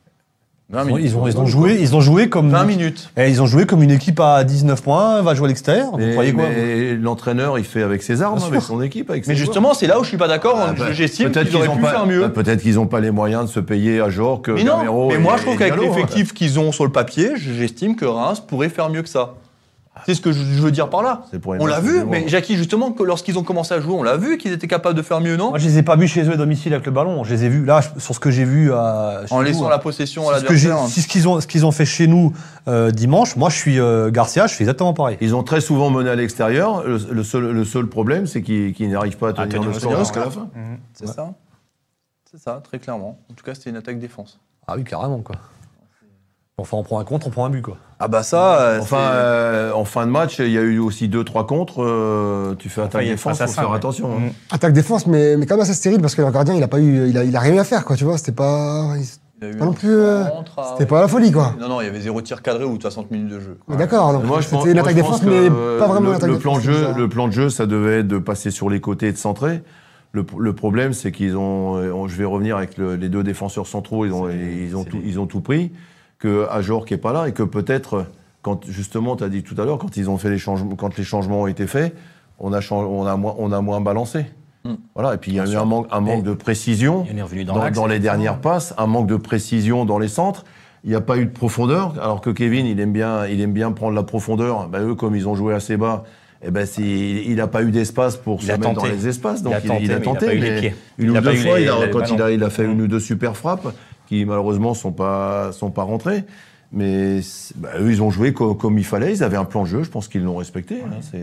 vingt Ils ont, minutes. ils ont, ils ont joué, ils ont joué comme. vingt minutes. Eh, ils ont joué comme une équipe à dix-neuf points, va jouer à l'extérieur. Vous Mais, croyez quoi vous mais l'entraîneur, il fait avec ses armes, Bien avec sûr. son équipe, avec ses Mais joueurs. justement, c'est là où je suis pas d'accord. Ah, bah, J'estime peut-être qu'ils auraient ont pu pas, faire mieux. bah, peut-être qu'ils n'ont pas les moyens de se payer à jour que Mais non, Gamero mais et- moi je trouve et qu'avec Diallo, hein. l'effectif qu'ils ont sur le papier, j'estime que Reims pourrait faire mieux que ça. C'est ce que je je veux dire par là. C'est pour une On l'a raison, vu, c'est mais bon. Jackie, justement, que lorsqu'ils ont commencé à jouer, on l'a vu qu'ils étaient capables de faire mieux, non Moi, je les ai pas vus chez eux à domicile avec le ballon. Je les ai vus là, je- sur ce que j'ai vu à. chez En nous, laissant hein. la possession à Si ce que j'ai- l'adversaire. si ce qu'ils ont, ce qu'ils ont fait chez nous euh, dimanche, moi je suis euh, Garcia, je fais exactement pareil. Ils ont très souvent mené à l'extérieur. Le, le seul, le seul problème, c'est qu'ils qu'ils n'arrivent pas à tenir, tenir le le score score. jusqu'à la fin. C'est ça. C'est ça, très clairement. En tout cas, c'était une attaque-défense. Ah oui, carrément quoi. Enfin, on prend un contre, on prend un but quoi. Ah bah ça, euh, Enfin, c'est- euh, en fin de match, il y a eu aussi deux, trois contres. euh, tu fais Enfin, il y a attaque-défense, face à faut ça, faire ouais. attention. hein. Mhm. Attaque-défense, mais, mais quand même assez stérile parce que leur gardien, il a pas eu, il a, il a rien à faire, quoi, tu vois. C'était pas, il- il y a eu pas non un plus, euh, centre à- c'était pas la folie, quoi. Non, non, il y avait zéro tir cadré ou soixante minutes de jeu. Mais D'accord, donc Moi, je pense- c'était une moi, je attaque-défense, pense mais que, pas vraiment le, une attaque le plan de défense, jeu, c'est ça. le plan de jeu, ça devait être de passer sur les côtés et de centrer. Le, le problème, c'est qu'ils ont, euh, je vais revenir avec le- les deux défenseurs centraux, ils ont, ils ont, c'est tout, des- ils ont tout pris. Que Ajor qui est pas là et que peut-être, quand justement, tu as dit tout à l'heure, quand ils ont fait les changements, quand les changements ont été faits, on a, chan- on a moins, on a moins balancé. Mm. Voilà. Et puis il y a Bien eu sûr. un manque, un manque de précision Il est revenu dans, dans, l'axe, dans les effectivement. dernières passes, un manque de précision dans les centres. Il n'y a pas eu de profondeur, alors que Kevin, il aime bien, il aime bien prendre la profondeur. Ben, eux, comme ils ont joué assez bas, eh ben, c'est- il n'a pas eu d'espace pour Il se a mettre tenté. dans les espaces. Donc Il a tenté, il, a mais il a tenté, pas eu les mais pieds. une Il ou a deux pas eu fois, les- il a- les quand il a, ballons. il a fait une Mm. ou deux super frappes qui malheureusement sont pas sont pas rentrées. Mais c'est- bah, eux, ils ont joué co- comme il fallait. Ils avaient un plan de jeu. Je pense qu'ils l'ont respecté. hein, c'est-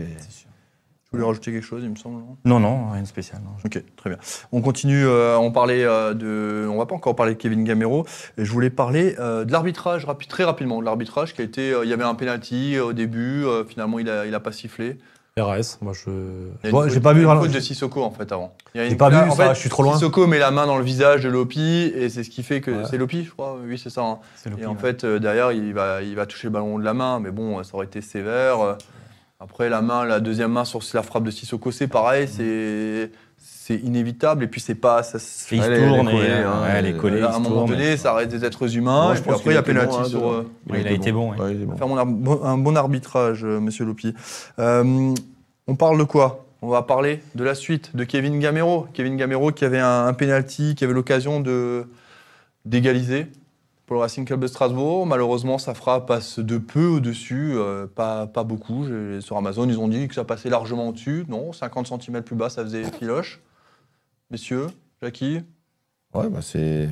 Je voulais rajouter quelque chose, il me semble. non Non, non, rien de spécial. non. Ok, très bien. On continue. euh, on parlait euh, de. On va pas encore parler de Kevin Gamero. Et je voulais parler euh, de l'arbitrage rapi- très rapidement. De l'arbitrage qui a été. euh, il y avait un penalty euh, au début. euh, finalement, il a, il a pas sifflé. R S, moi je. Il y a je une vois- faute- J'ai pas il y vu. a une voilà. faute de Sissoko en fait avant. Il y a J'ai une- pas vu, en ça, fait, je suis trop loin. Sissoko met la main dans le visage de Lopi et c'est ce qui fait que Ouais. c'est Lopi, je crois. Oui, c'est ça. hein. C'est le Et pire, en ouais. fait, euh, derrière, il va, il va toucher le ballon de la main, mais bon, ça aurait été sévère. Euh, Après, la main, la deuxième main sur la frappe de Sissoko, c'est pareil, c'est, c'est inévitable. Et puis, c'est pas. Ça, Et il se Elle est- elle est tourne, et, collée, euh, hein, ouais, elle est elle- collée, à il un se moment tourne, donné, et- ça reste des êtres humains. Ouais, et je puis pense après, il y a qu'il était pénalty bon, hein, sur. de- euh, Ouais, il a été bon, ouais. Ouais, il est bon. faire mon ar- bon- un bon arbitrage, euh, monsieur Lopi. Euh, on parle de quoi? On va parler de la suite, de Kevin Gamero. Kevin Gamero qui avait un, un penalty, qui avait l'occasion de, d'égaliser pour le Racing Club de Strasbourg. Malheureusement, sa frappe passe de peu au-dessus, euh, pas, pas beaucoup. J'ai- sur Amazon, ils ont dit que ça passait largement au-dessus. Non, cinquante centimètres plus bas, ça faisait filoche. Messieurs, Jackie? Ouais, bah c'est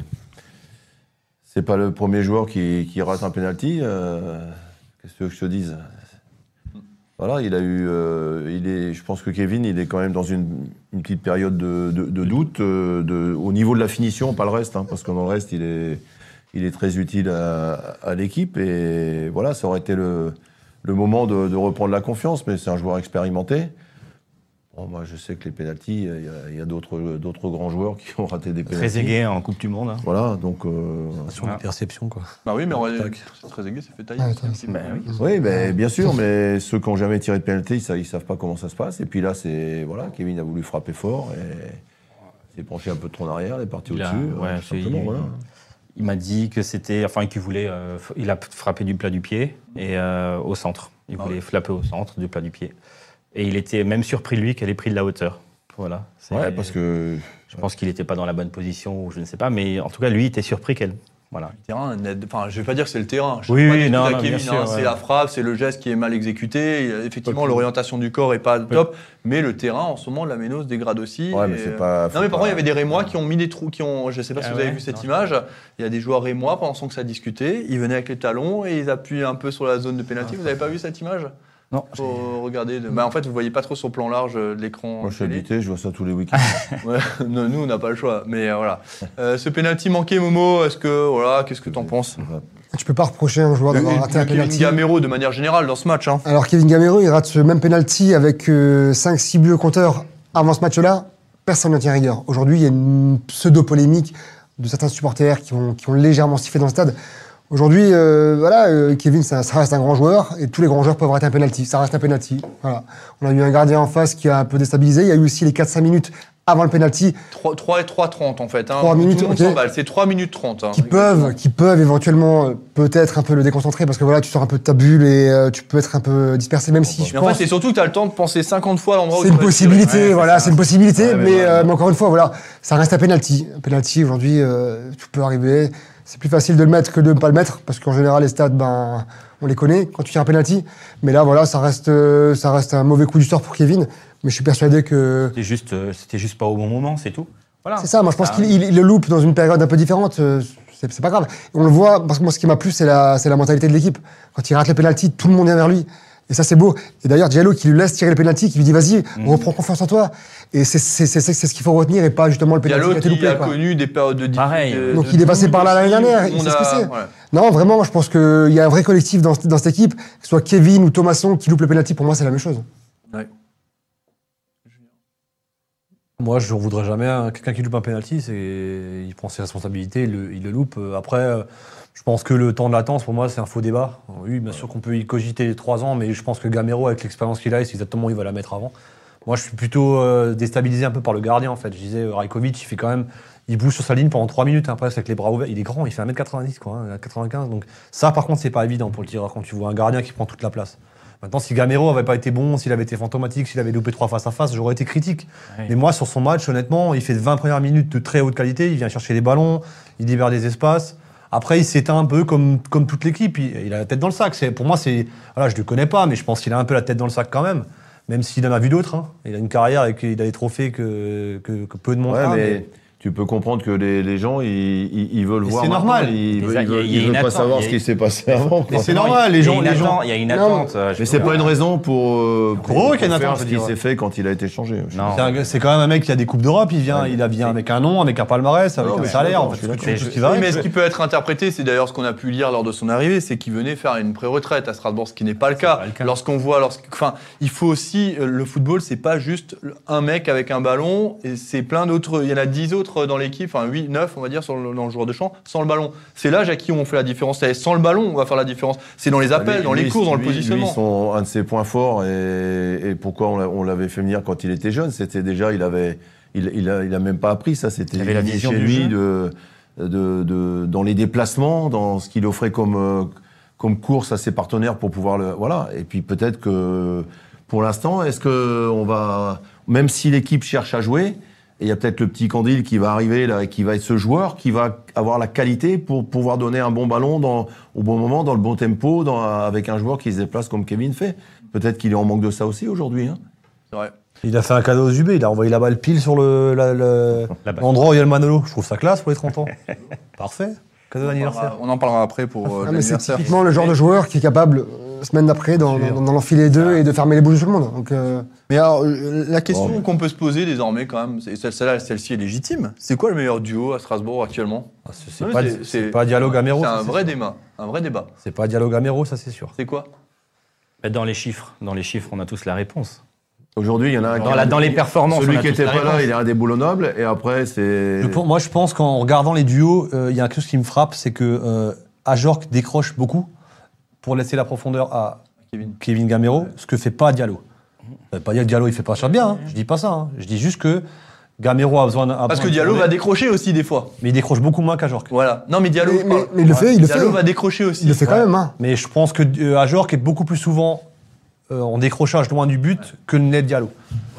c'est pas le premier joueur qui, qui rate un penalty. euh, Qu'est-ce que tu veux que je te dise? Voilà, il a eu, euh, il est, je pense que Kevin, il est quand même dans une, une petite période de, de- de doute euh, de, au niveau de la finition, pas le reste, hein, parce que dans le reste, il est, il est très utile à, à l'équipe et voilà, ça aurait été le, le moment de, de reprendre la confiance, mais c'est un joueur expérimenté. Bon, moi, je sais que les pénaltys, il y a, il y a d'autres, d'autres grands joueurs qui ont raté des pénaltys. Très aigué en Coupe du Monde. hein. Voilà, donc. euh, Sur la perception quoi. Bah oui, mais on va- Tac. c'est très aiguë, c'est fait tailler. Ah, aussi, attends, un petit peu. Bah oui. Oui, ben, bien sûr, mais ceux qui n'ont jamais tiré de pénalité, ils ne savent pas comment ça se passe. Et puis là, c'est voilà, Kevin a voulu frapper fort et s'est penché un peu trop en arrière, il est parti Il a- au-dessus. ouais, euh, tout c'est- simplement, il- voilà. Il m'a dit que c'était, enfin, qu'il voulait, euh, f- il a frappé du plat du pied et euh, au centre. Il Ah voulait ouais. flapper au centre du plat du pied. Et il était même surpris lui qu'elle ait pris de la hauteur. Voilà. C'est- Ouais, parce que je pense qu'il n'était pas dans la bonne position ou je ne sais pas, mais en tout cas lui il était surpris qu'elle Voilà. Le terrain n'aide- enfin, je vais pas dire que c'est le terrain. Je Oui, sais pas oui, du tout non, à non, Kevin, bien sûr, hein. ouais. C'est la frappe, c'est le geste qui est mal exécuté. Et, effectivement, Pas l'orientation du corps est pas top, mais le terrain, en ce moment, la Méno se dégrade aussi. Ouais, mais et- c'est pas. Non, mais par faut contre, il y pas- avait des Rémois qui ont mis des trous, qui ont. Je sais pas si Ah vous avez ouais, vu cette non, je image. Il y a des joueurs Rémois pendant que ça discutait. Ils venaient avec les talons et ils appuient un peu sur la zone de pénalty. Vous avez pas vu cette image? Non. Faut regarder. de- Bah, en fait, vous voyez pas trop sur le plan large euh, de l'écran. Moi, je suis télé. habité, je vois ça tous les week-ends. Ouais, non, nous, on n'a pas le choix. Mais euh, voilà. Euh, ce penalty manqué, Momo, est-ce que voilà, qu'est-ce que t'en penses? Tu peux pas reprocher à un joueur d'avoir Et- raté un et Kevin penalty. Gamero, de manière générale, dans ce match. Hein. Alors Kevin Gamero, il rate ce même penalty avec cinq six buts au compteur avant ce match-là. Personne n'en tient rigueur. Aujourd'hui, il y a une pseudo-polémique de certains supporters qui ont, qui ont légèrement sifflé dans le stade. Aujourd'hui, euh, voilà, euh, Kevin, ça, ça reste un grand joueur et tous les grands joueurs peuvent rater un penalty. Ça reste un penalty. Voilà. On a eu un gardien en face qui a un peu déstabilisé. Il y a eu aussi les quatre cinq minutes avant le penalty trois et trois trente en fait. Hein. trois minutes, Tout le monde ok. s'emballe. C'est trois minutes trente. Hein. qui peuvent, qui peuvent éventuellement euh, peut-être un peu le déconcentrer parce que voilà, tu sors un peu de ta bulle et euh, tu peux être un peu dispersé, même si je Mais en fait, pense. c'est surtout que tu as le temps de penser cinquante fois à l'endroit où C'est tu une vas tirer. possibilité, Ouais, voilà, c'est c'est une possibilité, Ouais, mais mais, voilà. euh, mais encore une fois, voilà, ça reste un penalty. Un penalty aujourd'hui, euh, tout peut arriver. C'est plus facile de le mettre que de ne pas le mettre parce qu'en général, les stades, ben, on les connaît quand tu tires un penalty. Mais là, voilà, ça reste, euh, ça reste un mauvais coup du sort pour Kevin. Mais je suis persuadé que C'était juste, euh, c'était juste pas au bon moment, c'est tout. Voilà. c'est ça. Moi, je pense Ah, qu'il il- il le loupe dans une période un peu différente. euh, C'est c'est pas grave. Et on le voit parce que moi, ce qui m'a plu, c'est la, c'est la mentalité de l'équipe. Quand il rate le penalty, tout le monde vient vers lui. Et ça, c'est beau. Et d'ailleurs, Diallo qui lui laisse tirer le penalty, qui lui dit vas-y, Mhm. reprends confiance en toi. Et c'est c'est- c'est- c'est ce qu'il faut retenir et pas justement le penalty qui Diallo a été qui loupé. a quoi. connu des périodes de Pareil. de- Donc de il est passé doute par là l'année aussi, dernière, où il on sait ce que a- c'est. voilà. Non, vraiment, moi, je pense qu'il y a un vrai collectif dans, dans cette équipe. Que ce soit Kevin ou Thomasson qui loupe le penalty, pour moi, c'est la même chose. Ouais. Moi, je ne voudrais jamais. un- Quelqu'un qui loupe un penalty, c'est il prend ses responsabilités, il le, il le loupe. Euh, Après, euh, je pense que le temps de latence, pour moi, c'est un faux débat. Oui, bien sûr qu'on peut y cogiter les trois ans, mais je pense que Gamero, avec l'expérience qu'il a, c'est exactement où il va la mettre avant. Moi, je suis plutôt euh, déstabilisé un peu par le gardien, en fait. Je disais, euh, Rajkovic, il fait quand même. Il bouge sur sa ligne pendant trois minutes, hein, presque avec les bras ouverts. Il est grand, il fait un mètre quatre-vingt-dix, quoi, hein, quatre-vingt-quinze. Donc, ça, par contre, c'est pas évident pour le tireur quand tu vois un gardien qui prend toute la place. Maintenant, si Gamero avait pas été bon, s'il avait été fantomatique, s'il avait loupé trois face à face, j'aurais été critique. Ouais. Mais moi, sur son match, honnêtement, il fait vingt premières minutes de très haute qualité, il vient chercher les ballons, il libère des espaces. Après, il s'éteint un peu comme, comme toute l'équipe. Il, il a la tête dans le sac. C'est, pour moi, c'est, voilà, je ne le connais pas, mais je pense qu'il a un peu la tête dans le sac quand même. Même s'il en a vu d'autres. Hein. Il a une carrière et qu'il a des trophées que, que, que peu de monde Ouais, a. mais tu peux comprendre que les, les gens, ils, ils, ils veulent Mais voir. c'est maintenant, normal. Ils, Mais veulent, ça, ils il y a- veulent, il y a ils veulent une pas attente, savoir il y a- ce qui s'est passé avant. Mais quoi. c'est Non, normal, il y a les gens- une les gens- attente, Il y a une Non, attente. euh, je Mais sais c'est pas. pas une raison pour, euh, pour, Pour eux qu'il y a une faire attente, ce je qui veux dire. s'est fait quand il a été changé. Je Non. C'est, un- c'est quand même un mec qui a des coupes d'Europe. Il vient, Ouais, il a vient avec un nom, avec un palmarès, avec Non, un mais salaire. je suis En fait, d'accord, tout, je suis tout ce qui d'accord. va. Oui, mais avec. ce qui peut être interprété, c'est d'ailleurs ce qu'on a pu lire lors de son arrivée, c'est qu'il venait faire une pré-retraite à Strasbourg, ce qui n'est pas le cas. pas le cas. Lorsqu'on voit, lorsqu'- enfin, il faut aussi euh, le football, c'est pas juste un mec avec un ballon, et c'est plein d'autres. Il y en a dix autres dans l'équipe, enfin huit, neuf, on va dire, sur le, dans le joueur de champ, sans le ballon. C'est l'âge à qui on fait la différence. C'est sans le ballon, on va faire la différence. C'est dans les appels, Lui- dans les lui, courses, dans le lui- positionnement. Lui, son, un de ses points forts, et, et pourquoi on l'a- on l'avait fait venir quand il était jeune, c'était déjà, il avait, il, il, a, il a même pas appris ça, c'était Il avait la inné vision chez du lui jeu. de, de, de, dans les déplacements, dans ce qu'il offrait comme, euh, comme course à ses partenaires pour pouvoir le, voilà. Et puis peut-être que, pour l'instant, est-ce que on va, même si l'équipe cherche à jouer, et il y a peut-être le petit Candil qui va arriver là, et qui va être ce joueur qui va avoir la qualité pour pouvoir donner un bon ballon dans, au bon moment, dans le bon tempo, dans, avec un joueur qui se déplace comme Kevin fait. Peut-être qu'il est en manque de ça aussi aujourd'hui. Hein. C'est vrai. Il a fait un cadeau aux U B, il a envoyé la balle pile sur le, la- le- La balle. l'endroit où il y a le Manolo. Je trouve ça classe pour les trente ans. Parfait. Cadeau On en d'anniversaire. parlera- on en parlera après pour euh, Ah, mais c'est l'anniversaire. typiquement le genre de joueur qui est capable, euh, semaine d'après, d'en Sûr. d'en enfiler deux et de fermer les bouches de tout le monde. Donc, euh, Mais alors, euh, la question Bon. qu'on peut se poser désormais, quand même, c'est- celle- celle-là, celle-ci est légitime. C'est quoi le meilleur duo à Strasbourg actuellement? Ah, c'est, c'est Non, pas, mais c'est, c'est- pas Diallo Gamero. C'est ça, un c'est vrai sûr. débat. Un vrai débat. C'est pas Diallo Gamero, ça c'est sûr. C'est quoi? Dans les chiffres, dans les chiffres, on a tous la réponse. Aujourd'hui, il y en a un Dans, qui la- a- dans les performances, Celui on a qui tous était la pas là, réponse. il est indéboulonnable. Et après, c'est. Je pense- moi, je pense qu'en regardant les duos, euh, il y a quelque chose qui me frappe, c'est que euh, Ajorc décroche beaucoup pour laisser la profondeur à Kevin. Kevin Gamero, ce que fait pas Diallo. Ça veut pas dire que Diallo il fait pas ça bien, hein. Je dis pas ça. hein. Je dis juste que Gamero a besoin. a Parce besoin que de Diallo tourner, va décrocher aussi des fois. mais il décroche beaucoup moins qu'Ajorc. Voilà. Non, mais Diallo, Mais- je parle. mais- mais il le fait, il le Diallo fait. va décrocher aussi. il le fait quand Ouais. même. Hein. Mais je pense que euh, Ajorc est beaucoup plus souvent euh, en décrochage loin du but que ne l'est Diallo.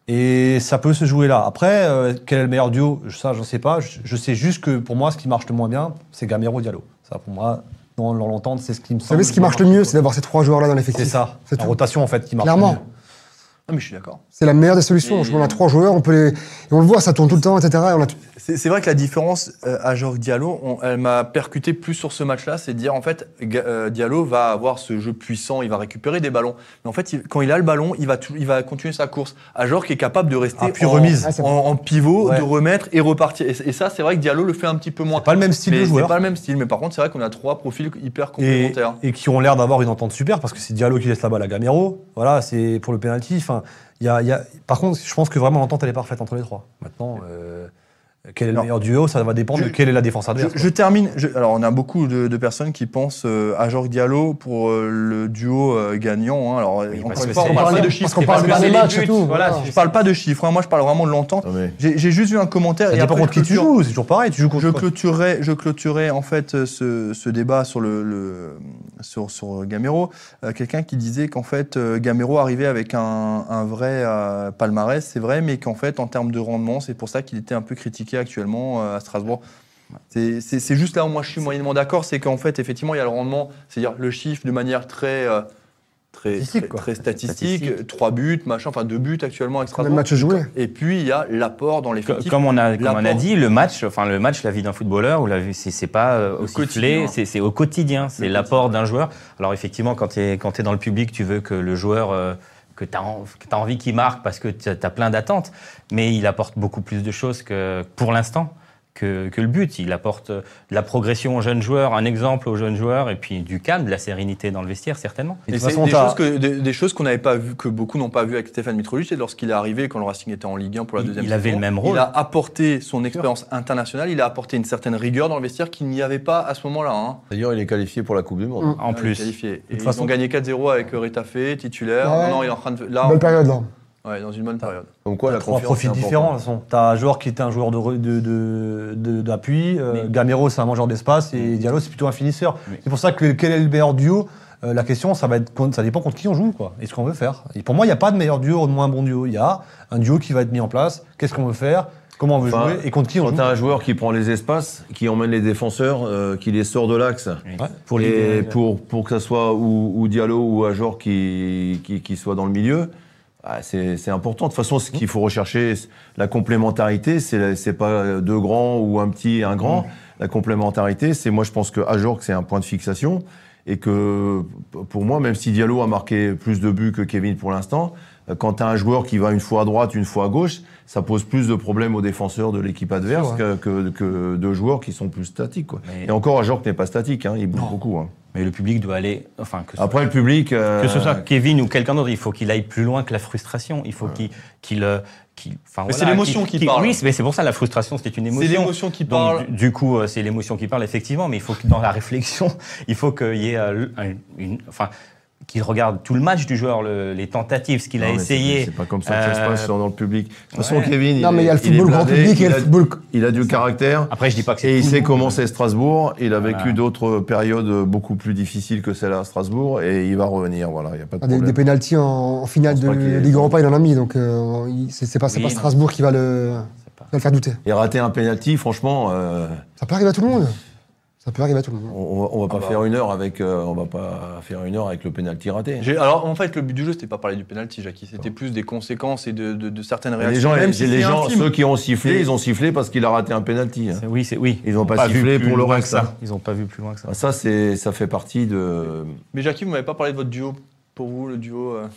Et ça peut se jouer là. Après, euh, quel est le meilleur duo? Ça, j'en sais pas. Je, je sais juste que pour moi, ce qui marche le moins bien, c'est Gamero-Diallo. Ça, pour moi, dans l'entente, c'est ce qui me Vous semble. savez, ce qui marche le mieux, c'est d'avoir ces trois joueurs-là dans l'effectif. C'est ça. C'est La tout. rotation, en fait, qui marche Clairement. le mieux. Non, mais je suis d'accord. C'est la meilleure des solutions. Et- Je vois, on a trois joueurs, on peut les... et on le voit, ça tourne tout le temps, et cetera. Et on a tout- C'est c'est vrai que la différence euh, à Georges Diallo, on- elle m'a percuté plus sur ce match-là, c'est de dire en fait Ga- euh, Diallo va avoir ce jeu puissant, il va récupérer des ballons, mais en fait il- quand il a le ballon, il va, tou- il va continuer sa course. À Georges qui est capable de rester Ah, puis en, remise. Ah, c'est en, en pivot, Ouais. de remettre et repartir. Et, et ça c'est vrai que Diallo le fait un petit peu moins. C'est pas le même style Mais de c'est joueur. pas le même style, mais par contre c'est vrai qu'on a trois profils hyper Et, complémentaires. et qui ont l'air d'avoir une entente super parce que c'est Diallo qui laisse la balle à Gamero. Voilà, c'est pour le penalty. Enfin, il y a, il y a... Par contre, je pense que vraiment l'entente elle est parfaite entre les trois. Maintenant, euh, quel est le Non. meilleur duo, ça va dépendre Je- de quelle est la défense Je, adverse. je termine. je- alors, on a beaucoup de, de personnes qui pensent euh, à Georges Diallo pour euh, le duo euh, gagnant. hein. Alors, Oui, encore parce une que fois, c'est- on parle pas parce de qu'on chiffres. parle parce de que dernier c'est match les et buts. tout, Voilà, voilà. Je parle pas de chiffres. hein. Moi, je parle vraiment de l'entente. Non, mais J'ai j'ai juste vu un commentaire. Ça et dépend après, contre qui je tu clôture- joues, c'est toujours pareil. Tu joues contre Je quoi clôturerai, je clôturerai en fait ce, ce débat sur le, le- sur, sur Gamero. Euh, Quelqu'un qui disait qu'en fait euh, Gamero arrivait avec un, un vrai euh, palmarès, c'est vrai, mais qu'en fait en termes de rendement, c'est pour ça qu'il était un peu critiqué actuellement euh, à Strasbourg. C'est- C'est c'est juste là où moi je suis moyennement d'accord, c'est qu'en fait effectivement il y a le rendement, c'est-à-dire le chiffre de manière très euh, très, Statistique, très, quoi. très statistique, Statistique. trois buts, machin, enfin deux buts actuellement avec Même Strasbourg. match joué. Et puis il y a l'apport dans Co- l'effectif. Comme on a, comme on a l'apport. dit, le match, enfin le match, la vie d'un footballeur, ou la vie- c'est c'est pas euh, Le au quotidien. sifflet, c'est c'est au quotidien, c'est Le l'apport d'un joueur. Alors effectivement, quand tu es, quand t'es dans le public, tu veux que le joueur, euh, que tu as envie qu'il marque parce que tu as plein d'attentes, mais il apporte beaucoup plus de choses que pour l'instant. Que, que le but, il apporte de la progression aux jeunes joueurs, un exemple aux jeunes joueurs, et puis du calme, de la sérénité dans le vestiaire, certainement. Et de Et toute c'est façon, des t'as- choses que des, des choses qu'on n'avait pas vu, que beaucoup n'ont pas vu avec Stéphane Mitrovic, c'est lorsqu'il est arrivé quand le Racing était en Ligue un pour la Il- deuxième il avait saison, le même rôle. Il a apporté son expérience internationale, il a apporté une certaine rigueur dans le vestiaire qu'il n'y avait pas à ce moment-là. Hein. d'ailleurs, il est qualifié pour la Coupe du Monde. Mm. En Il est plus. qualifié. Et toute ils façon- ont gagné quatre zéro avec Retafe, titulaire. Ouais. Non, non, il est en train de là, Belle période, là. ouais, dans une bonne période. Comme quoi, T'as la trois confiance, profils c'est différents. important. De toute façon. T'as un joueur qui était un joueur de re- de- de- de- d'appui. euh, Mais- Gamero, c'est un mangeur d'espace. Et Diallo, c'est plutôt un finisseur. Oui. C'est pour ça que quel est le meilleur duo euh, La question, ça va être contre- ça dépend contre qui on joue, quoi. Et ce qu'on veut faire. Et pour moi, il n'y a pas de meilleur duo ou de moins bon duo. Il y a un duo qui va être mis en place. Qu'est-ce qu'on veut faire Comment on veut Enfin, jouer Et contre qui on Quand joue tu as un joueur qui prend les espaces, qui emmène les défenseurs, euh, qui les sort de l'axe, Ouais, pour et les- pour, pour que ça soit ou, ou Diallo ou Ajor qui, qui, qui soit dans le milieu, ah, c'est c'est important. De toute façon, ce qu'il faut rechercher, la complémentarité, c'est c'est pas deux grands ou un petit et un grand. La complémentarité, c'est moi je pense que Ajor, c'est un point de fixation. Et que pour moi, même si Diallo a marqué plus de buts que Kevin pour l'instant, quand tu as un joueur qui va une fois à droite, une fois à gauche, ça pose plus de problèmes aux défenseurs de l'équipe adverse C'est que, que, que deux joueurs qui sont plus statiques. Quoi. Mais- Et encore, Ajor n'est pas statique, hein, il bouge beaucoup. Hein. Mais le public doit aller, enfin, que ce Après, le public... euh, Que ce soit Kevin ou quelqu'un d'autre, il faut qu'il aille plus loin que la frustration. Il faut qu'il, qu'il, euh, qu'il- enfin, Mais voilà, c'est l'émotion qu'il- qui qu'il- parle. Oui, mais c'est pour ça la frustration, c'est une émotion. C'est l'émotion qui Donc, parle. du, du coup, euh, c'est l'émotion qui parle effectivement, mais il faut que dans la réflexion, il faut qu'il y ait, euh, un- une, enfin, qu'il regarde tout le match du joueur, le- les tentatives, ce qu'il a non, mais essayé. c'est- C'est pas comme ça que ça se Euh, passe dans le public. De toute façon, ouais. Kevin, Non, il, mais il y a le est- il est football grand blindé, public et il le a- football. il a du caractère. Après, je dis pas que c'est Et il tout- sait comment c'est Strasbourg. Il a vécu Voilà. d'autres périodes beaucoup plus difficiles que celle à Strasbourg et il va revenir. Voilà, il n'y a pas de Ah, Des, problème. des pénaltys en, en finale Je de pense pas qu'il est- Ligue Europa, il en a mis. Donc, euh, il- c'est c'est pas, c'est Oui, pas non. Strasbourg qui va le, pas- va le faire douter. Et rater un penalty, franchement, euh, Ça peut arriver à tout le monde. Ça peut arriver à tout le monde. on, va- on va pas Ah bah. faire une heure avec, euh, on va pas faire une heure avec le penalty raté. J'ai- Alors en fait, le but du jeu, c'était pas parler du penalty, Jackie. C'était plus des conséquences et de, de, de certaines Mais réactions. les gens, même les, si les c'est gens infime. ceux qui ont sifflé, C'est- ils ont sifflé parce qu'il a raté un penalty. hein. C'est- Oui, c'est oui. Ils ont pas vu sifflé plus pour le loin reste, que ça. hein. Ils ont pas vu plus loin que ça. Ah, Ça, c'est, ça fait partie de. Mais Jackie, vous m'avez pas parlé de votre duo. Pour vous, le duo. euh,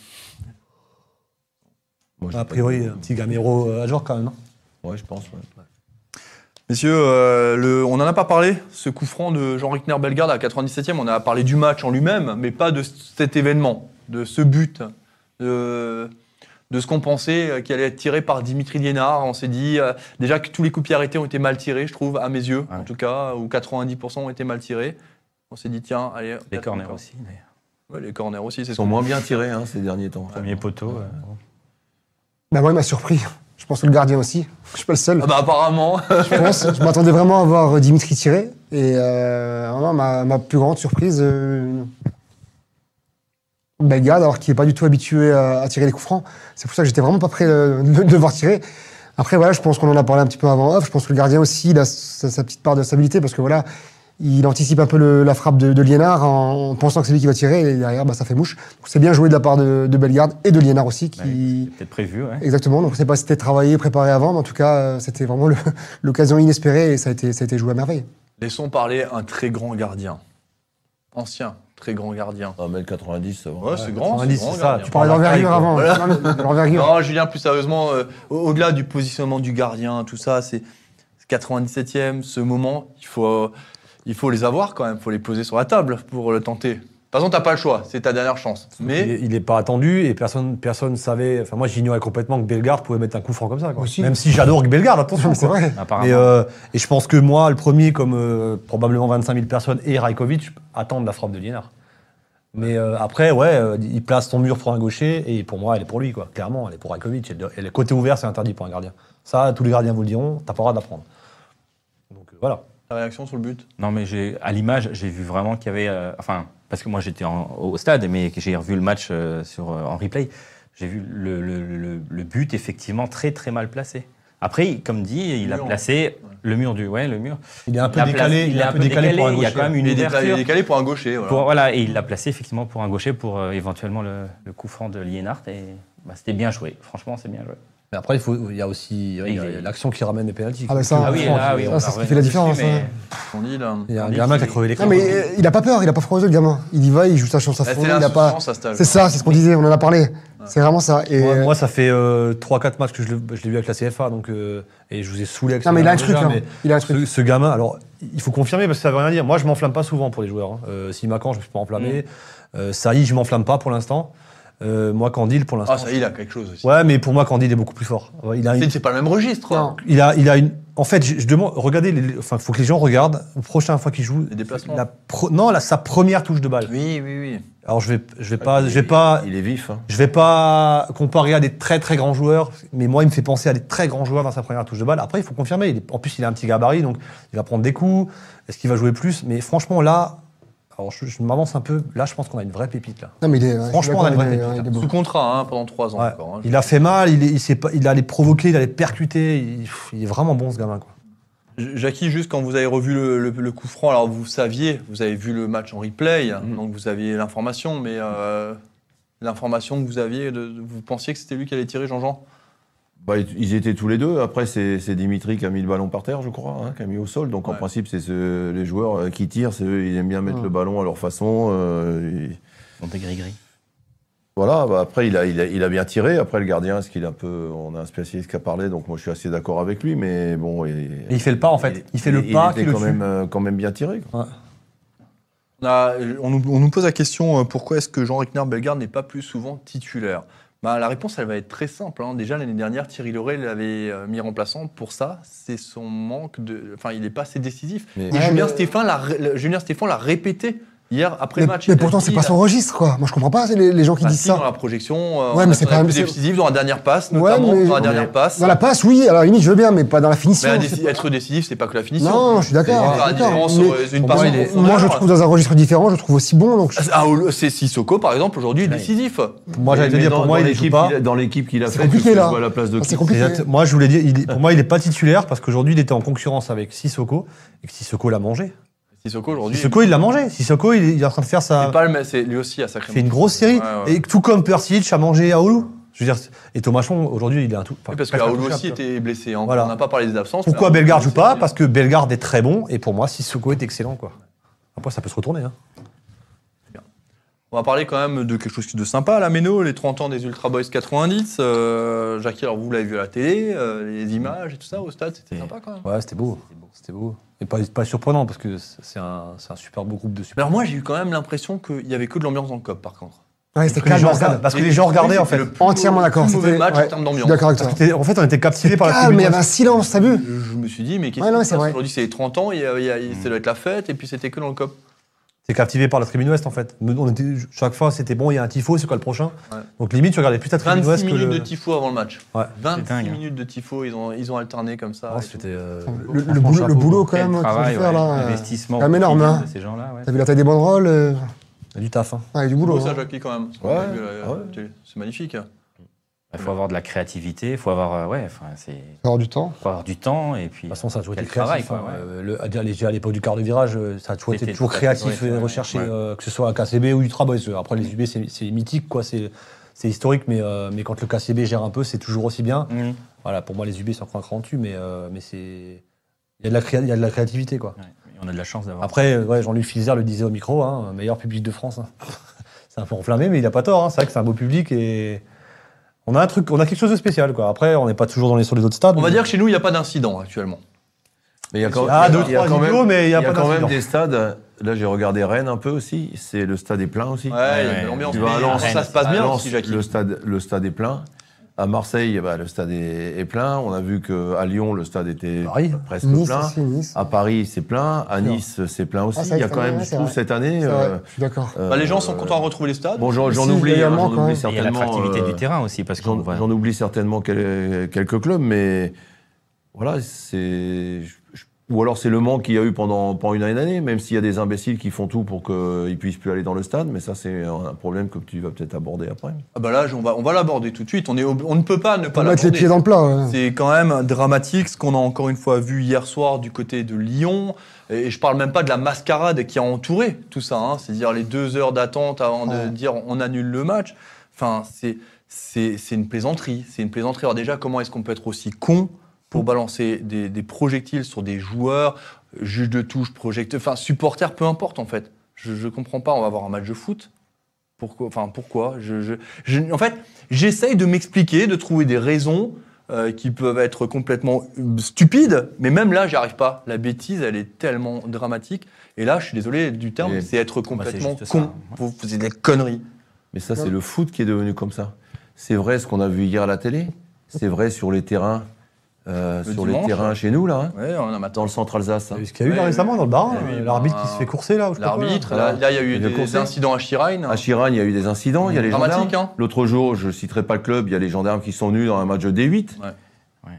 Moi, j'ai A pas priori, dit- un petit Gamero euh, à jour quand même. non Ouais, je pense. ouais. Messieurs, euh, le- on n'en a pas parlé, ce coup franc de Jean-Rickner Bellegarde à la quatre-vingt-dix-septième. On a parlé du match en lui-même, mais pas de cet événement, de ce but, de, de ce qu'on pensait euh, qui allait être tiré par Dimitri Liénard. On s'est dit euh, déjà que tous les coups de pied arrêtés ont été mal tirés, je trouve, à mes yeux, Ouais. en tout cas, ou quatre-vingt-dix pour cent ont été mal tirés. On s'est dit, tiens, allez. Les peut-être corners encore. aussi, d'ailleurs. Ouais, les corners aussi, c'est Ils ce sont qu'on- moins bien tirés hein, ces derniers temps. Premier poteau. euh, Mais moi, il m'a surpris. Je pense que le gardien aussi. Je suis pas le seul. Ah bah apparemment. Je pense. Je m'attendais vraiment à voir Dimitri tirer. Et euh, vraiment, ma, ma plus grande surprise, euh, Bellegarde, alors qu'il n'est pas du tout habitué à, à tirer les coups francs. C'est pour ça que j'étais vraiment pas prêt de, de, de devoir tirer. Après, voilà, je pense qu'on en a parlé un petit peu avant off. Je pense que le gardien aussi, il a sa, sa petite part de stabilité parce que voilà, il anticipe un peu le, la frappe de, de Liénard en, en pensant que c'est lui qui va tirer et derrière, bah, ça fait mouche. Donc c'est bien joué de la part de, de Bellegarde et de Liénard aussi. Qui... Ouais, c'était peut-être prévu, ouais. Exactement. Donc c'est pas si c'était travaillé, préparé avant, mais en tout cas, c'était vraiment le, l'occasion inespérée et ça a été, ça a été joué à merveille. Laissons parler un très grand gardien. Ancien, très grand gardien. un mètre quatre-vingt-dix, ça va. Ouais, c'est grand, c'est quatre-vingt-dix, grand c'est ça, gardien. tu Tu parlais d'envergure avant. Voilà. Non, mais de l'envergure. Non, Julien, plus sérieusement, euh, au- au-delà du positionnement du gardien, tout ça, c'est quatre-vingt-dix-septième, ce moment, il faut, euh, il faut les avoir quand même, il faut les poser sur la table pour le tenter. De toute façon, t'as pas le choix, c'est ta dernière chance. Mais Il n'est pas attendu et personne personne savait. Enfin, moi, j'ignorais complètement que Bellegarde pouvait mettre un coup franc comme ça. Quoi. Aussi. Même si j'adore Bellegarde, attention. C'est quoi. vrai. Apparemment. Mais, euh, et je pense que moi, le premier, comme euh, probablement vingt-cinq mille personnes et Rajkovic, attendent la frappe de Liénard. Mais euh, après, ouais, euh, il place son mur pour un gaucher et pour moi, elle est pour lui, quoi. Clairement, elle est pour Rajkovic. Et le, et le côté ouvert, c'est interdit pour un gardien. Ça, tous les gardiens vous le diront, t'as pas le droit d'apprendre. Donc euh, voilà. ta réaction sur le but? Non, mais j'ai, à l'image, j'ai vu vraiment qu'il y avait. euh, enfin, parce que moi j'étais en- au stade, mais que j'ai revu le match euh, sur, euh, en replay. J'ai vu le, le- le- le but effectivement très très mal placé. Après, comme dit, il Le a mur, placé le mur du. Ouais, le mur. Il est un peu Il a décalé. placé- il est un peu décalé pour un Il y a gaucher. quand même une Il est décalé, il est ouverture. décalé pour un gaucher. Voilà. Pour- voilà, et il l'a placé effectivement pour un gaucher pour euh, éventuellement le, le coup franc de Liénard. Et bah, c'était bien joué. Franchement, c'est bien joué. Mais après, il, faut, il y a aussi ouais, il y a Il est- l'action qui ramène les pénaltys. Ah bah ça, Ah oui, franchement, là, oui, ça, on c'est va ce qui fait la revenir différence, dessus, mais- hein. On dit là. Il y a un On dit gamin qu'il- qui a crevé les Non, mais euh, il a pas peur, il a pas froid aux yeux, le gamin. Il y va, il joue sa chance à Eh, fond. C'est Il a pas. l'insouciance à cet âge. C'est ça, c'est ce qu'on disait, on en a parlé. C'est vraiment ça. Et Moi, moi, ça fait euh, trois quatre matchs que je, le- je l'ai vu avec la C F A, donc, euh, et je vous ai saoulé avec non, ce mais il a un gamin truc, déjà, hein. mais Il a un truc. ce, ce gamin, alors, il faut confirmer parce que ça veut rien dire. Moi, je m'enflamme pas souvent pour les joueurs. Hein. Euh, Simakan, je me suis pas enflammé. Euh, Saïd, je m'enflamme pas pour l'instant. Euh, moi, Candil, pour l'instant. Ah, ça, il a quelque chose aussi. Ouais, mais pour moi, Candil est beaucoup plus fort. Ouais, Il a une, C'est c'est pas le même registre. Non. il a, il a une. En fait, je, je demande. Regardez, les- enfin, faut que les gens regardent. La prochaine fois qu'il joue, Les déplacements. la pro- non, la, sa première touche de balle. Oui, oui, oui. Alors, je vais, je vais Ah, pas, il je vais est- pas, Il est vif. Hein. je vais pas comparer à des très très grands joueurs, mais moi, il me fait penser à des très grands joueurs dans sa première touche de balle. Après, il faut confirmer. Il est- en plus, il a un petit gabarit, donc il va prendre des coups. Est-ce qu'il va jouer plus? Mais franchement, là, alors je, je m'avance un peu. Là, je pense qu'on a une vraie pépite là. Non, mais il est. ouais, Franchement, je suis d'accord, on a une il est- vraie il est pépite, beau. Sous contrat hein, pendant trois ans Ouais. encore. hein. Il a fait mal. Il, est- il, s'est pas, il a les provoquer, il a les percuter. Il, il est vraiment bon ce gamin, quoi. J- Jackie, juste quand vous avez revu le, le- le coup franc, alors vous saviez, vous avez vu le match en replay, Mhm. donc vous aviez l'information, mais euh, l'information que vous aviez, de, vous pensiez que c'était lui qui allait tirer, Jean-Jean? Bah, ils étaient tous les deux. Après, c'est c'est Dimitri qui a mis le ballon par terre, je crois, hein, qui a mis au sol. Donc, en Ouais. principe, c'est ce- les joueurs euh, qui tirent, c'est eux, ils aiment bien mettre Ouais. le ballon à leur façon. euh, et- On était gris-gris. Voilà, bah, après, il a, il, a, il a bien tiré. Après, le gardien, est-ce qu'il est un peu. On a un spécialiste qui a parlé, donc moi, je suis assez d'accord avec lui. Mais bon. Et il fait le pas en fait. Il, fait le il pas était qui le quand tue. même, euh, quand même bien tiré. quoi. On, a- on nous, on nous pose la question euh, pourquoi est-ce que Jean-Reckner Bellegarde n'est pas plus souvent titulaire? Bah, la réponse, elle va être très simple. hein. Déjà, l'année dernière, Thierry Laurey l'avait euh, mis remplaçant. Pour ça, c'est son manque de. Enfin, il n'est pas assez décisif. Mais- Et Ouais, Julien, mais- Stéphan l'a ré- le- Julien Stéphan l'a répété hier après Mais, le match. mais Il a pourtant, dit, c'est pas il a- son registre, quoi. Moi, je comprends pas les, les gens qui Bah, disent si, dans ça. la projection, euh, Ouais, on mais a c'est on a pas- plus c'est- décisif dans la dernière passe, Ouais, notamment mais- dans la mais- dernière passe. Dans la passe, oui, à la limite, je veux bien, mais pas dans la Mais finition. la c'est déci- pas- être décisif, c'est pas que la finition. Non, je suis d'accord. C'est je faire la suis d'accord. différence Mais sur une pour passe moi, en il est- profondeur. moi, je le trouve dans un registre différent, je le trouve aussi bon. Donc, je- Ah, oh, c'est Sissoko, par exemple, aujourd'hui, Ouais. décisif. Moi, j'allais te Mais dire, dans- pour moi, dans il ne joue l'équipe pas. qu'il a- Dans l'équipe qu'il a C'est fait, compliqué, tu là. joues à la place de Ah, qui c'est compliqué. Exact. Moi, je voulais dire, il est- pour moi, il n'est pas titulaire parce qu'aujourd'hui, il était en concurrence avec Sissoko et que Sissoko l'a mangé. Sissoko, aujourd'hui. Sissoko, il l'a mangé. Sissoko, il est, il est en train de faire sa. C'est pas le même, c'est lui aussi à sacré. Il fait une grosse série. Ouais, ouais. Et tout comme Persic a mangé Aoulou. Je veux dire, et Thomasson, aujourd'hui, il est un tout. enfin, Oui, parce que presque Aoulou intouchable, aussi tu vois. était blessé. hein. Voilà. On n'a pas parlé des absences. Pourquoi mais Bellegarde joue c'est pas? bien. Parce que Bellegarde est très bon et pour moi, Sissoko est excellent, quoi. Après, ça peut se retourner. Hein. On va parler quand même de quelque chose de sympa à la Méno, les trente ans des Ultra Boys quatre-vingt-dix. Euh, Jackie, alors vous l'avez vu à la télé, euh, les images et tout ça au stade, c'était Et- sympa quand même. Ouais, c'était beau. C'était beau. Et pas, pas surprenant parce que c'est un, c'est un super beau groupe de Mais super. alors moi, j'ai eu quand même l'impression qu'il y avait que de l'ambiance dans le C O P par contre. Ouais, c'était Parce que les calme gens en stade. regardent- Parce que Et les gens regardaient en c'était fait. le plus Entièrement beau- d'accord. le plus mauvais C'était- match ouais, en termes je suis d'ambiance. d'accord avec toi. C'était- En fait, on était captivés par la Calme, tribune mais il y avait un ouest. silence, t'as vu? Je me suis dit, mais qu'est-ce Ouais, non, qui mais se c'est passe vrai. aujourd'hui? C'est les trente ans, il y a- il y a- ça doit être la fête, et puis c'était que dans le C O P. T'es captivé par la tribune ouest en fait. Nous, on était, chaque fois, c'était bon, il y a un tifo, c'est quoi le prochain? Ouais. Donc limite, tu regardais plus ta tribune ouest vingt-six que minutes le. de tifo avant le match. Ouais. vingt-six dingue, hein. minutes de tifo, ils ont, ils ont alterné comme ça. Ah, et tout. c'était. euh, Le, le franchement, boulot, le chapeau, boulot quoi. quand même, Quel qu'il faut travail, faire ouais, là. euh, investissement quand même énorme, quotidien hein. de ces gens-là. Ouais. T'as vu la taille des banderoles? euh, Il y a du taf. Hein. Ah, il y a du boulot. Beau ça, hein. Jackie, quand même. Ouais, Euh, ouais. C'est magnifique. Il faut avoir de la créativité, il faut avoir, euh, ouais, enfin, c'est, Faut avoir du temps. faut avoir du temps et puis. De toute façon, ça a toujours Quel été créatif. travail, quoi, hein. ouais. Euh, le- à dire, déjà à l'époque du quart de virage, euh, ça a toujours été C'était toujours tout à fait créatif correct, et ouais. recherché, Ouais. euh, que ce soit à K C B ou Ultra Boys. Après, les U B, c'est c'est mythique, quoi. C'est c'est historique, mais, euh, mais quand le K C B gère un peu, c'est toujours aussi bien. Mhm. Voilà, pour moi, les U B, c'est encore un cran dessus, mais, euh, mais c'est. Il y, a de la créa- il y a de la créativité, quoi. Ouais. On a de la chance d'avoir. Après, euh, ouais, Jean-Luc Filzer le disait au micro, hein, meilleur public de France. hein. C'est un peu enflammé, mais il n'a pas tort. hein. C'est vrai que c'est un beau public et on a un truc, on a quelque chose de spécial, quoi. Après, on n'est pas toujours dans les, sur les autres stades. On va mais- dire que chez nous, il n'y a pas d'incident actuellement. Mais il y a quand, Ah, il y a- deux, il y a trois quand idiots, même, mais il y a pas quand même d'incident. des stades. Là, j'ai regardé Rennes un peu aussi. C'est le stade est plein aussi. Ouais, il y a ouais. de l'ambiance. Tu vas à Mais Lens, ça se passe à bien Lens, aussi, Jackie. le stade, le stade est plein. À Marseille, bah, le stade est, est plein. On a vu qu'à Lyon, le stade était Paris. presque Nice plein. aussi, Nice. À Paris, c'est plein. À Nice, c'est plein aussi. Ah, c'est il y a vrai, quand même, ouais, je c'est trouve, vrai. cette année. C'est vrai, euh, je suis d'accord. Bah, les gens euh, sont contents de retrouver les stades. Bon, j'en j'en Si, oublie, il y a hein, moins, j'en quand oublie même. Et il y a certainement. l'attractivité euh, du terrain aussi, parce J'en qu'on va. j'en oublie certainement quel- quelques clubs, mais voilà, c'est. je- je- Ou alors c'est Le Mans qu'il y a eu pendant, pendant une année, même s'il y a des imbéciles qui font tout pour qu'ils puissent plus aller dans le stade, mais ça c'est un problème que tu vas peut-être aborder après. Ah bah là, on va, on va l'aborder tout de suite. On, est, ob- on ne peut pas ne pas Faut mettre les l'aborder. pieds dans le plat. ouais. C'est quand même dramatique ce qu'on a encore une fois vu hier soir du côté de Lyon. Et je parle même pas de la mascarade qui a entouré tout ça. Hein. C'est-à-dire les deux heures d'attente avant de Ouais. dire on annule le match. Enfin, c'est, c'est, c'est une plaisanterie. C'est une plaisanterie. Alors déjà, comment est-ce qu'on peut être aussi con pour balancer des, des projectiles sur des joueurs, juges de touche, projecteurs, enfin supporters, peu importe en fait. Je, je comprends pas. On va avoir un match de foot. Pourquoi Enfin, pourquoi je, je, je- En fait, j'essaye de m'expliquer, de trouver des raisons euh, qui peuvent être complètement euh, stupides, mais même là, j'y arrive pas. La bêtise, elle est tellement dramatique. Et là, je suis désolé du terme, Et- c'est être complètement juste ça, con. ouais. Vous faisiez des conneries. Mais ça, c'est le foot qui est devenu comme ça. C'est vrai ce qu'on a vu hier à la télé, c'est vrai sur les terrains, euh, Le sur dimanche, les terrains ouais. chez nous, là, hein, Ouais, on a dans maintenant le centre Alsace. hein. Ce qu'il y a eu là Ouais, récemment dans le bar, il y a eu, l'arbitre ben, qui se fait courser là. ou je sais pas quoi, là. L'arbitre, là, là, il y a eu Il y a des, courser. des incidents à Chiragne. À Chiragne, il y a eu des incidents, il y a les Dramatique, gendarmes. hein. L'autre jour, je ne citerai pas le club, il y a les gendarmes qui sont venus dans un match de D huit. Ouais. Ouais.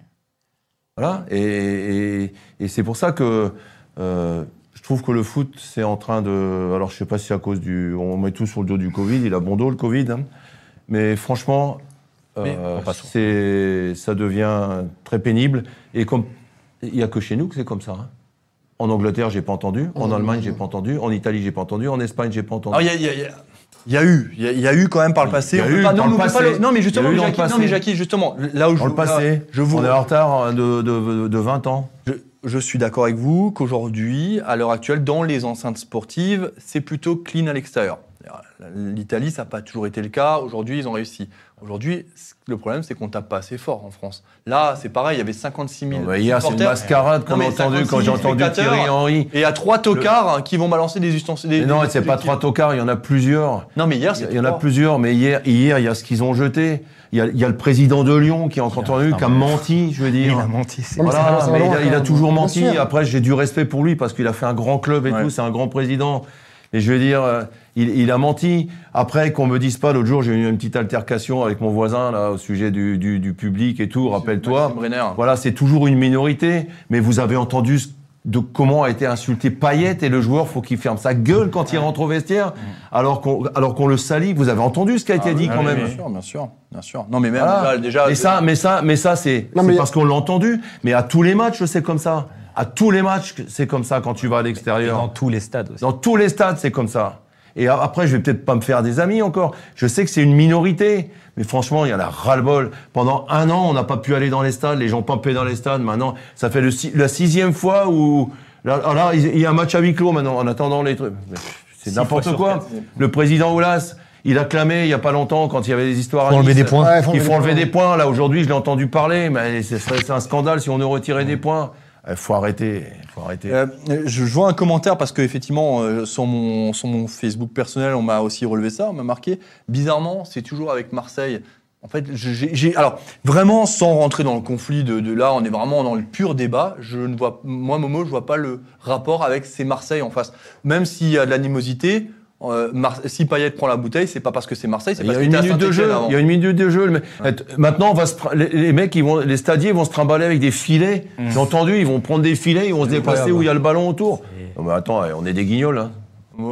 Voilà. Et, et- et c'est pour ça que euh, je trouve que le foot, c'est en train de. Alors, je ne sais pas si c'est à cause du. On met tout sur le dos du Covid, il a bon dos le Covid. hein. Mais franchement, Mais euh, on passe. c'est, ça devient très pénible. Et comme il n'y a que chez nous que c'est comme ça. hein. En Angleterre, j'ai pas entendu. En Mmh. Allemagne, j'ai pas entendu. En Italie, j'ai pas entendu. En Espagne, j'ai pas entendu. Alors, il y a, il y a- il y a- il y a eu, il y a, il y a eu quand même par le passé. Il y a On peut eu pas- dans non, le mais on peut pas passé. le- non, mais justement, Il y a eu dans le Jackie, non, passé. mais Jackie, justement, là où je, Dans le là, passé, je vous, on est en retard hein, de, de, de vingt ans. Je, je suis d'accord avec vous qu'aujourd'hui, à l'heure actuelle, dans les enceintes sportives, c'est plutôt clean à l'extérieur. L'Italie, ça n'a pas toujours été le cas. Aujourd'hui, ils ont réussi. Aujourd'hui, le problème, c'est qu'on tape pas assez fort en France. Là, c'est pareil, il y avait cinquante-six mille Non, bah, hier, c'est une supporters. mascarade qu'on Non, a mais entendu quand cinquante-six j'ai entendu spectateurs. Thierry Henry. Et il y a trois tocards hein, qui vont balancer des ustensiles. des- Mais non, des- c'est des- pas des- trois tocards, il y en a plusieurs. Non, mais hier, Il c'est y en a trois. plusieurs, mais hier, hier, il y a ce qu'ils ont jeté. Il y a, il y a le président de Lyon qui a entendu, qui a menti, je veux Il dire. a menti, c'est. Non, mais ça Voilà, va- ça va mais loin, il a, il a quand même. toujours Bien menti. sûr. Après, j'ai du respect pour lui parce qu'il a fait un grand club et Ouais. tout. C'est un grand président. Et je veux dire, euh, il, il a menti. Après, qu'on me dise pas, l'autre jour, j'ai eu une petite altercation avec mon voisin là au sujet du, du, du public et tout. Rappelle-toi. Maxime Brenner. Voilà, c'est toujours une minorité. Mais vous avez entendu ce- de comment a été insulté Payet et le joueur, faut qu'il ferme sa gueule quand il rentre au vestiaire, alors qu'on alors qu'on le salit. Vous avez entendu ce qui a été Ah, dit oui, quand oui, même. Bien sûr, bien sûr, bien sûr. Non, mais même Voilà. là, déjà. Mais ça, mais ça, mais ça, c'est Non, c'est mais- parce qu'on l'a entendu. Mais à tous les matchs, c'est comme ça. À tous les matchs, c'est comme ça quand tu vas à Et l'extérieur. dans tous les stades aussi. Dans tous les stades, c'est comme ça. Et a- après, je vais peut-être pas me faire des amis encore. Je sais que c'est une minorité. Mais franchement, il y en a ras-le-bol. Pendant un an, on n'a pas pu aller dans les stades. Les gens pampaient dans les stades. Maintenant, ça fait le si- la sixième fois où... Là, là, il y a un match à huis clos maintenant, en attendant les trucs. Mais C'est Six n'importe fois sur quoi. quatre. Le président Oulas, il a clamé il y a pas longtemps, quand il y avait des histoires Faut à enlever Nice, des points. Ouais, faut il faut enlever points. des points. Là, aujourd'hui, je l'ai entendu parler, mais c'est c'est un scandale si on ne retirait des points. Il faut arrêter. faut arrêter. Euh, je, je vois un commentaire parce qu'effectivement, euh, sur, mon, sur mon Facebook personnel, on m'a aussi relevé ça, on m'a marqué. Bizarrement, c'est toujours avec Marseille. En fait, j'ai, j'ai- alors vraiment, sans rentrer dans le conflit de, de là, on est vraiment dans le pur débat. Je ne vois, moi, Momo, je vois pas le rapport avec ces Marseille en face. Même s'il y a de l'animosité, euh, Mar- si Payet prend la bouteille, c'est pas parce que c'est Marseille, c'est Il y parce a qu'il une était à minute de Saint-Étienne jeu. avant. Il y a une minute de jeu. Le mec- Maintenant, on va se pr- les, les mecs, ils vont, les stadiers vont se trimballer avec des filets. J'ai entendu, ils vont prendre des filets, ils vont se déplacer incroyable. où il y a le ballon autour. Et- Non, mais attends, on est des guignols. Hein. Momo.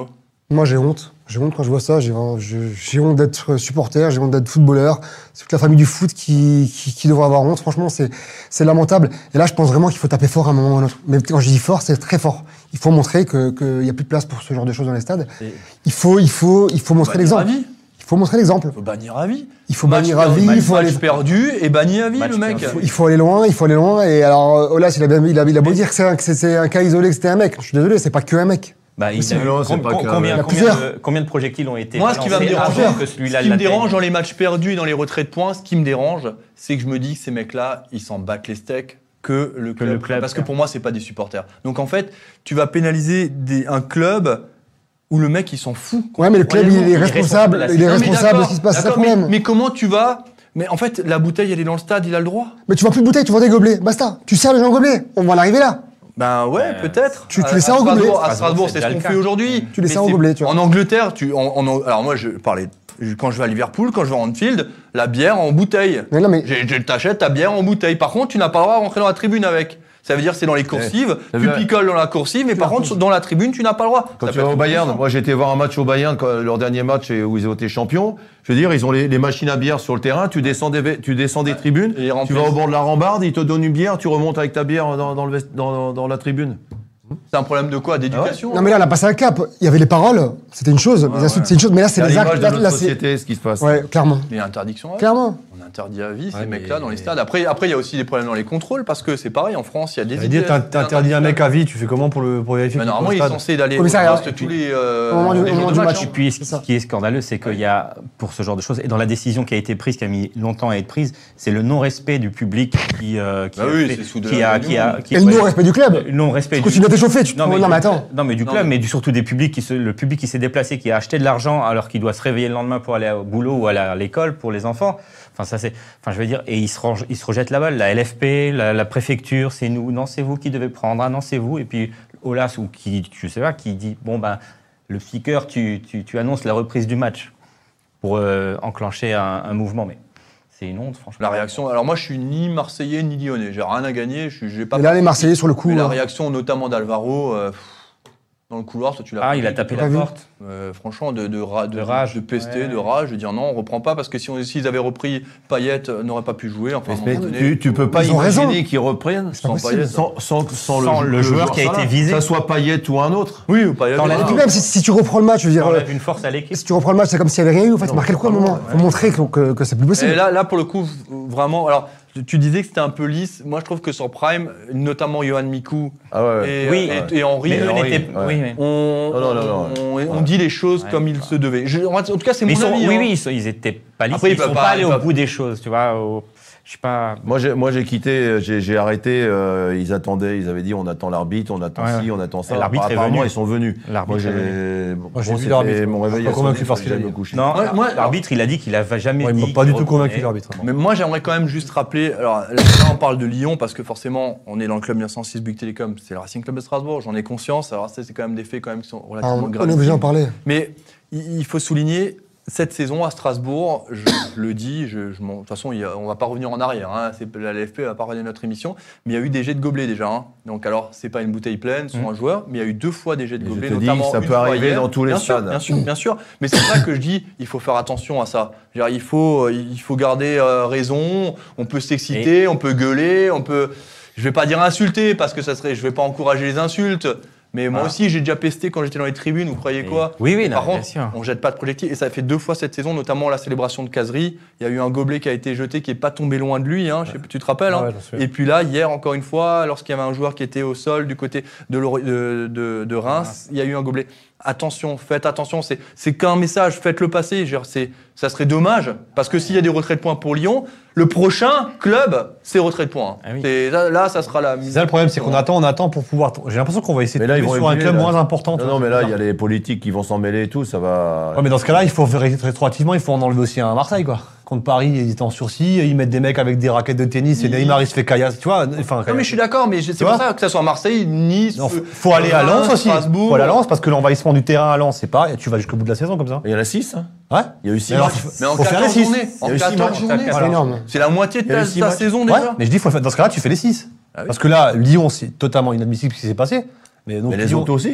Moi, j'ai honte. J'ai honte quand je vois ça. J'ai, j'ai, j'ai honte d'être supporter, j'ai honte d'être footballeur. C'est toute la famille du foot qui, qui, qui devrait avoir honte. Franchement, c'est, c'est lamentable. Et là, je pense vraiment qu'il faut taper fort à un moment ou à un autre. Mais quand je dis fort, c'est très fort. Il faut montrer que, qu'il n'y a plus de place pour ce genre de choses dans les stades. Et- Il faut, il faut, il faut montrer Bannir à l'exemple. vie. Il faut montrer l'exemple. Il faut bannir à vie. Il faut Match bannir à perdu, vie, match- il faut match aller- perdu et banni à vie, Match le mec. perdu. Il faut aller loin, il faut aller loin. Et alors, euh, Olas, il a, bien, il a, il a beau dire que c'est un, que c'est- c'est un cas isolé, que c'était un mec. Je suis désolé, c'est pas que un mec. Bah, il C'est- a eu- non, c'est com- pas com- que- combien, il y a combien, plusieurs. de, combien de projectiles ont été Moi, ce qui va me balancés déranger, avant que ce celui-là qui me l'atteigne. dérange dans les matchs perdus et dans les retraits de points, ce qui me dérange, c'est que je me dis que ces mecs-là, ils s'en battent les steaks que le club. le club, parce que ouais. pour moi, c'est pas des supporters. Donc en fait, tu vas pénaliser des- un club où le mec, il s'en fout. Ouais, mais le club, il est Réellement. responsable, responsable de la il est Non, mais responsable de d'accord, ce qui se passe, c'est ça le d'accord, mais, problème. mais comment tu vas. Mais en fait, la bouteille, elle est dans le stade, il a le droit. Mais tu vends plus de bouteilles, tu vends des gobelets, basta. Tu sers les gens en gobelets, on va en arriver là. Ben ouais, Euh, peut-être. tu- tu À- les sers à au gobelet. Strasbourg, À Strasbourg, Strasbourg, c'est c'est ce déjà qu'on le fait cas. aujourd'hui. Tu les Mais sers au c'est- gobelet, tu vois. En Angleterre, tu, en- en- alors moi, je parlais. Quand je vais à Liverpool, quand je vais à Anfield, la bière en bouteille. Mais non, mais J'ai- je t'achète ta bière en bouteille. Par contre, tu n'as pas le droit de rentrer dans la tribune avec. Ça veut dire c'est dans les coursives, t'as tu vu- picoles dans la coursive, mais par contre, dans la tribune, tu n'as pas le droit. Quand Ça tu peut vas être au Bayern, intéressant. moi j'ai été voir un match au Bayern, quand- leur dernier match et où ils ont été champions. Je veux dire, ils ont les, les machines à bière sur le terrain, tu descends des, vé- tu descends des tribunes, Et ils tu remplissent. vas au bord de la rambarde, ils te donnent une bière, tu remontes avec ta bière dans, dans, le vest- dans, dans la tribune. C'est un problème de quoi? D'éducation? non, mais là, on a passé un cap. Il y avait les paroles, c'était une chose, les insultes, ouais. c'est une chose, mais là, c'est C'est à les actes. l'image de Là, notre là, c'est. société, ce qui se passe. Ouais, clairement. Mais interdiction à vie. Clairement. On interdit à vie ces Ouais, mecs-là mais- dans les stades. Après, après, il y a aussi des problèmes dans les contrôles parce que c'est pareil, en France, il y a des J'allais dire, idées- t'in- t'interdis un mec à vie, tu fais comment pour le pour vérifier Mais qu'il normalement, est il au est stade censé d'aller au Commissariat. poste tous les, euh, Au moment du- les au jours moment de du match. match. hein. Et puis, ce C'est qui, ça. ce qui est scandaleux, c'est qu'il y a, pour ce genre de choses, et dans la décision qui a été prise, qui a mis longtemps à être prise, c'est le non-respect du public qui, euh, qui Bah a oui, fait- c'est sous de qui la a, qui a, réunion. qui- Et le ouais, non-respect du club. le non-respect Tu du- continues à t'échauffer, tu te. Non mais, Non, du, mais attends. non, mais du Non, club, mais- mais, du, surtout des publics qui se, le public qui s'est déplacé, qui a acheté de l'argent alors qu'il doit se réveiller le lendemain pour aller au boulot ou aller à l'école pour les enfants. Enfin, ça c'est, enfin, je veux dire, et ils se, rangent- ils se rejettent la balle. La L F P, la, la préfecture, c'est nous. Non, c'est vous qui devez prendre. Ah non, c'est vous. Et puis Olas ou qui, je sais pas, qui dit bon ben, le speaker, tu, tu, tu annonces la reprise du match pour euh, enclencher un, un mouvement, mais c'est une honte, franchement. La réaction. Alors moi, je suis ni Marseillais ni Lyonnais. J'ai rien à gagner. Je suis, j'ai pas. Et là, les Marseillais, sur le coup. Mais la euh, réaction, notamment d'Alvaro, euh, pff, dans le couloir, toi tu l'as. Ah, pas il a vu, tapé pas la vu. porte. Euh, franchement, de, de, ra- de, De rage. de pester, Ouais. de rage, de dire non, on reprend pas parce que si on, s'ils avaient repris Payet, euh, n'aurait pas pu jouer. Enfin, à un Mais moment donné, tu, tu peux pas Ils ont raison. imaginer qu'ils reprennent C'est pas sans, possible. Payet, sans, sans, sans Sans le joueur qui a été visé. Que ça soit Payet ou un autre. Oui, ou Payet. T'enlèves Et voilà. puis même si, si tu reprends le match, je veux dire, Ça euh, enlève une force à l'équipe. si tu reprends le match, c'est comme s'il n'y avait rien eu. En fait, tu marquais le coup à un moment. Faut montrer que, que, que c'est plus possible. Et là, là, pour le coup, vraiment. Alors, tu disais que c'était un peu lisse. Moi, je trouve que sur Prime, notamment Johan Mikou Ah ouais, ouais. et, Oui. et, et Henri, Mais eux Henry, n'étaient- ouais. oui, oui. on, Non, non, non, non. on, on Ouais. dit les choses Ouais. comme il se devait. Je- en tout cas, c'est Mais mon ils sont, avis. oui, hein. oui, ils, sont- ils étaient pas lisses. Après, ils Ils sont peuvent pas, pas- allés ils au peuvent- bout des choses, tu vois. au- Je sais pas. Moi, j'ai, moi, j'ai quitté, j'ai, j'ai arrêté. euh, ils attendaient, ils avaient dit on attend l'arbitre, on attend Ouais. ci, on attend ça. Et l'arbitre est Apparemment, venu. ils sont venus. L'arbitre Moi, est j'ai, Moi, j'ai bon, vu c'était l'arbitre. mon réveil. Pas a convaincu sonné, par ce fallait qu'il a me dit. coucher. Non, Ouais, moi, l'arbitre, il a dit qu'il avait jamais Ouais, il dit. m'a pas du qu'il tout convaincu, revenait. l'arbitre. Mais moi, j'aimerais quand même juste rappeler. Alors là, on parle de Lyon parce que forcément, on est dans le club neuf cent six Bouygues Télécom. C'est le Racing Club de Strasbourg. J'en ai conscience. Alors, ça, c'est quand même des faits quand même qui sont Ah, relativement on, on est graves. obligé d'en parler. Mais il il faut souligner. Cette saison à Strasbourg, je, je le dis, je, je m'en- de toute façon, il y a- on ne va pas revenir en arrière. Hein, c'est- la L F P va pas regarder notre émission, mais il y a eu des jets de gobelets déjà. Hein. Donc alors, c'est pas une bouteille pleine sur Mmh. un joueur, mais il y a eu deux fois des jets de Et je gobelets, te dis notamment que ça une peut fois arriver hier. dans tous les bien sûr, stades. bien sûr, bien sûr. Mais c'est ça que je dis, il faut faire attention à ça. Je veux dire, il faut, il faut garder euh, raison. On peut s'exciter, on peut gueuler, on peut. Je vais pas dire insulter parce que ça serait, je vais pas encourager les insultes. Mais moi Ah. aussi, j'ai déjà pesté quand j'étais dans les tribunes. Vous croyez Et- quoi? Oui, oui, Et non, Par bien contre, sûr. on jette pas de projectiles. Et ça fait deux fois cette saison, notamment la célébration de Casery. Il y a eu un gobelet qui a été jeté, qui est pas tombé loin de lui. Hein. Je sais pas, tu te rappelles hein. Ouais, j'en souviens. Et puis là, hier, encore une fois, lorsqu'il y avait un joueur qui était au sol du côté de, Lori- de, de- de Reims, il y a eu un gobelet. Attention, faites attention. C'est, c'est qu'un message. Faites-le passer. Je veux dire, c'est, ça serait dommage parce que s'il y a des retraits de points pour Lyon, le prochain club, c'est retrait de points. Ah oui. C'est- là, là, ça sera la. C'est ça le problème, c'est qu'on attend, on attend pour pouvoir. J'ai l'impression qu'on va essayer Mais de là, ils tomber vont sur un évoluer, club là. moins important. Non, non, mais là, il y a les politiques qui vont s'en mêler et tout, ça va. Ouais, mais dans ce cas-là, il faut faire rétroactivement, il faut en enlever aussi un à Marseille, quoi. Contre Paris, ils étaient en sursis, ils mettent des mecs avec des raquettes de tennis et Oui. Neymar, il se fait caillasse, tu vois. Enfin, Non, mais je suis d'accord, mais je- c'est Tu pour vois ça que ça soit Marseille, Nice. Non, faut- faut aller à Reims, Lens aussi. Strasbourg. Faut aller à Lens parce que l'envahissement du terrain à Lens, c'est pareil, tu vas jusqu'au bout de la saison comme ça. Il y en a six. Hein. Ouais. Il y a eu six Mais alors, matchs. Mais en Faut faire les quatorze six. journées. Il y En a eu six quatorze matchs. journées. C'est Voilà. énorme. C'est la moitié de Il y a ta, eu six ta matchs. saison Ouais, déjà. mais je dis, faut le faire- dans ce cas-là, tu fais les six. Ah oui. Parce que là, Lyon, c'est totalement inadmissible ce qui s'est passé. Mais donc, Mais les Lyon- autres aussi.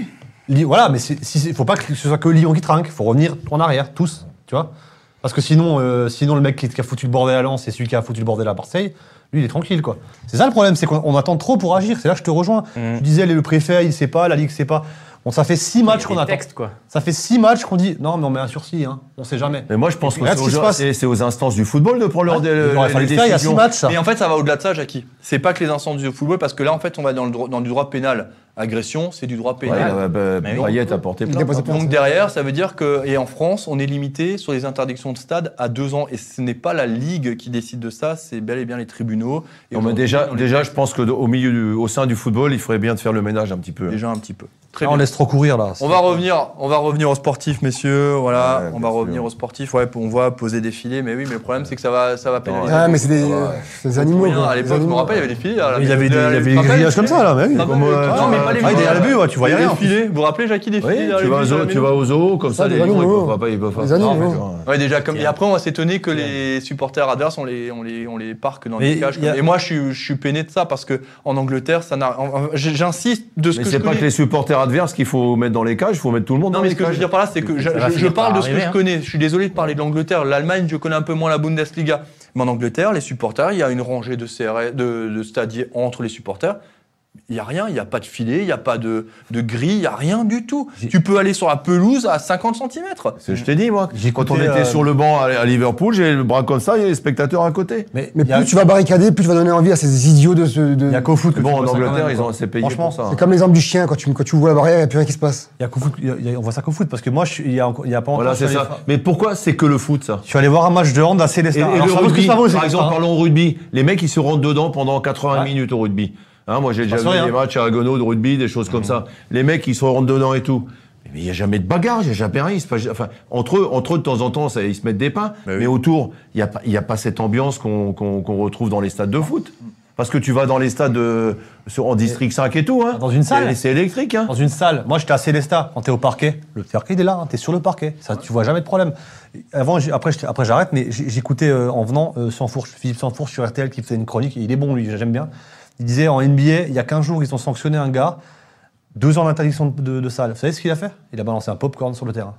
Li- Voilà, mais il si, ne faut pas que ce soit que Lyon qui trinque. Il faut revenir en arrière, tous, tu vois. Parce que sinon, euh, sinon le mec qui, qui a foutu le bordel à Lens et celui qui a foutu le bordel à Marseille, lui, il est tranquille, quoi. C'est ça le problème, c'est qu'on on attend trop pour agir. C'est là que je te rejoins. Mmh. Tu disais, le préfet, il sait pas, la Ligue sait pas. Bon, ça fait six matchs Il y a qu'on des attend. textes, quoi. Ça fait six matchs qu'on dit, non, mais on met un sursis, hein. On sait jamais. Mais moi, je pense Et que puis, c'est regarde ce qui se aux, passe. c'est- c'est aux instances du football de prendre Ouais, leur dé- il aurait les fallu le faire il y a six décisions. matchs, ça. Mais en fait, ça va au-delà de ça, Jackie. C'est pas que les instances du football, parce que là, en fait, on va dans, le droit- dans du droit pénal. Agression, c'est du droit Ouais, pénal. bah, bah, Mais oui. Payet a porté Il plainte. dépose hein. plainte. Donc derrière, ça veut dire que, et en France, on est limité sur les interdictions de stade à deux ans. Et ce n'est pas la Ligue qui décide de ça, c'est bel et bien les tribunaux. Et Non, mais aujourd'hui, déjà, dans les- déjà, je pense qu'au milieu, du- au sein du football, il faudrait bien de faire le ménage un petit peu. Déjà un petit peu. Très Là, bien. on laisse trop courir, là. On va revenir, on va revenir aux sportifs, messieurs. Voilà, Ouais, on bien va sûr. revenir aux sportifs. Ouais, on voit poser des filets, mais oui, mais le problème c'est que ça va, ça va pénaliser. Ah, mais c'est des, Ouais. c'est des animaux. Rien, quoi. à Des l'époque, je me animaux. rappelle, il y avait des filets. là, Il y avait des, il y tu avait te des rappelles, grillages les comme ça, là, mais oui. Ah, Comme, mais- euh, non, tu mais vois, pas les ah, filets. derrière le but, ouais, tu voyais Les rien. filets. Vous vous rappelez, Jackie, des Oui, filets derrière tu les vas, buts, au zoo, derrière tu les vas buts. au zoo, comme Ça, ça, des les gens, ils animaux. peuvent pas, ils peuvent pas Des faire ça. animaux. Ouais, déjà, comme... Et après, on va s'étonner que les supporters adverses, on les, on les, on les parque dans Mais les cages. il y a- comme- Et moi, je suis, je suis peiné de ça parce que en Angleterre, ça n'a. en- en- J'insiste de ce Mais que c'est je pas connais. que les supporters adverses qu'il faut mettre dans les cages, il faut mettre tout le monde Non, dans mais les ce que je veux cages. dire par là, c'est que je, Ça va je- je finir parle par de ce que arriver, je hein. connais. Je suis désolé de parler de l'Angleterre. L'Allemagne, je connais un peu moins la Bundesliga. Mais en Angleterre, les supporters, il y a une rangée de, C R S, de, de stadiers entre les supporters. Il n'y a rien, il n'y a pas de filet, il n'y a pas de, de grille, il n'y a rien du tout. J'ai- Tu peux aller sur la pelouse à cinquante centimètres. C'est ce que je t'ai dit, moi. J'ai Quand on écouté, était euh, sur le banc à, à Liverpool, j'ai le bras comme ça, il y a les spectateurs à côté. Mais Mais il y a- plus tu vas barricader, plus tu vas donner envie à ces idiots de se. de- il y a qu'au foot que Bon, tu en vois ça quand Angleterre, même, ils ont quoi. assez payé Franchement, pour ça. C'est hein. comme l'exemple du chien, quand tu, quand tu ouvres la barrière, il n'y a plus rien qui se passe. Il y a qu'au foot, il y a- il y a- on voit ça qu'au foot parce que moi, je suis- il y a, encore- il y a pas longtemps, Voilà, je suis c'est allé- ça. Mais pourquoi c'est que le foot, ça Je suis allé voir un match de hand à Et, Célestin. et Alors, le je sais pas ce que rugby, ça vaut, par Célestin, exemple, hein. parlons au rugby. Les mecs, ils se rentrent dedans pendant quatre-vingts Ouais. minutes au rugby. Hein, moi, j'ai déjà Passe vu rien. des matchs à Haguenau de rugby, des choses comme ça. Les mecs, ils se rentrent dedans et tout. Mais il n'y a jamais de bagarre, il n'y a jamais rien. il se passe- Enfin, entre eux, entre eux, de temps en temps, ça, ils se mettent des pains. Bah oui. Mais autour, il n'y a, pas- il y a pas cette ambiance qu'on qu'on- qu'on retrouve dans les stades de foot. Parce que tu vas dans les stades euh, sur- en district cinq et tout. Hein. Dans une salle. C'est- C'est électrique. Hein. Dans une salle. Moi, j'étais à Célestat. Quand t'es au parquet, le parquet, il est là. Hein, t'es sur le parquet. Ça, tu vois jamais de problème. Avant, j'ai- après, j'étais- après j'arrête, mais j'ai- j'écoutais euh, en venant euh, Sanfourche, Philippe Sanfourche sur R T L qui faisait une chronique. Il est bon, lui, j'aime bien. Il disait en N B A, il y a quinze jours, ils ont sanctionné un gars, deux ans d'interdiction de, de, de salle. Vous savez ce qu'il a fait? Il a balancé un popcorn sur le terrain.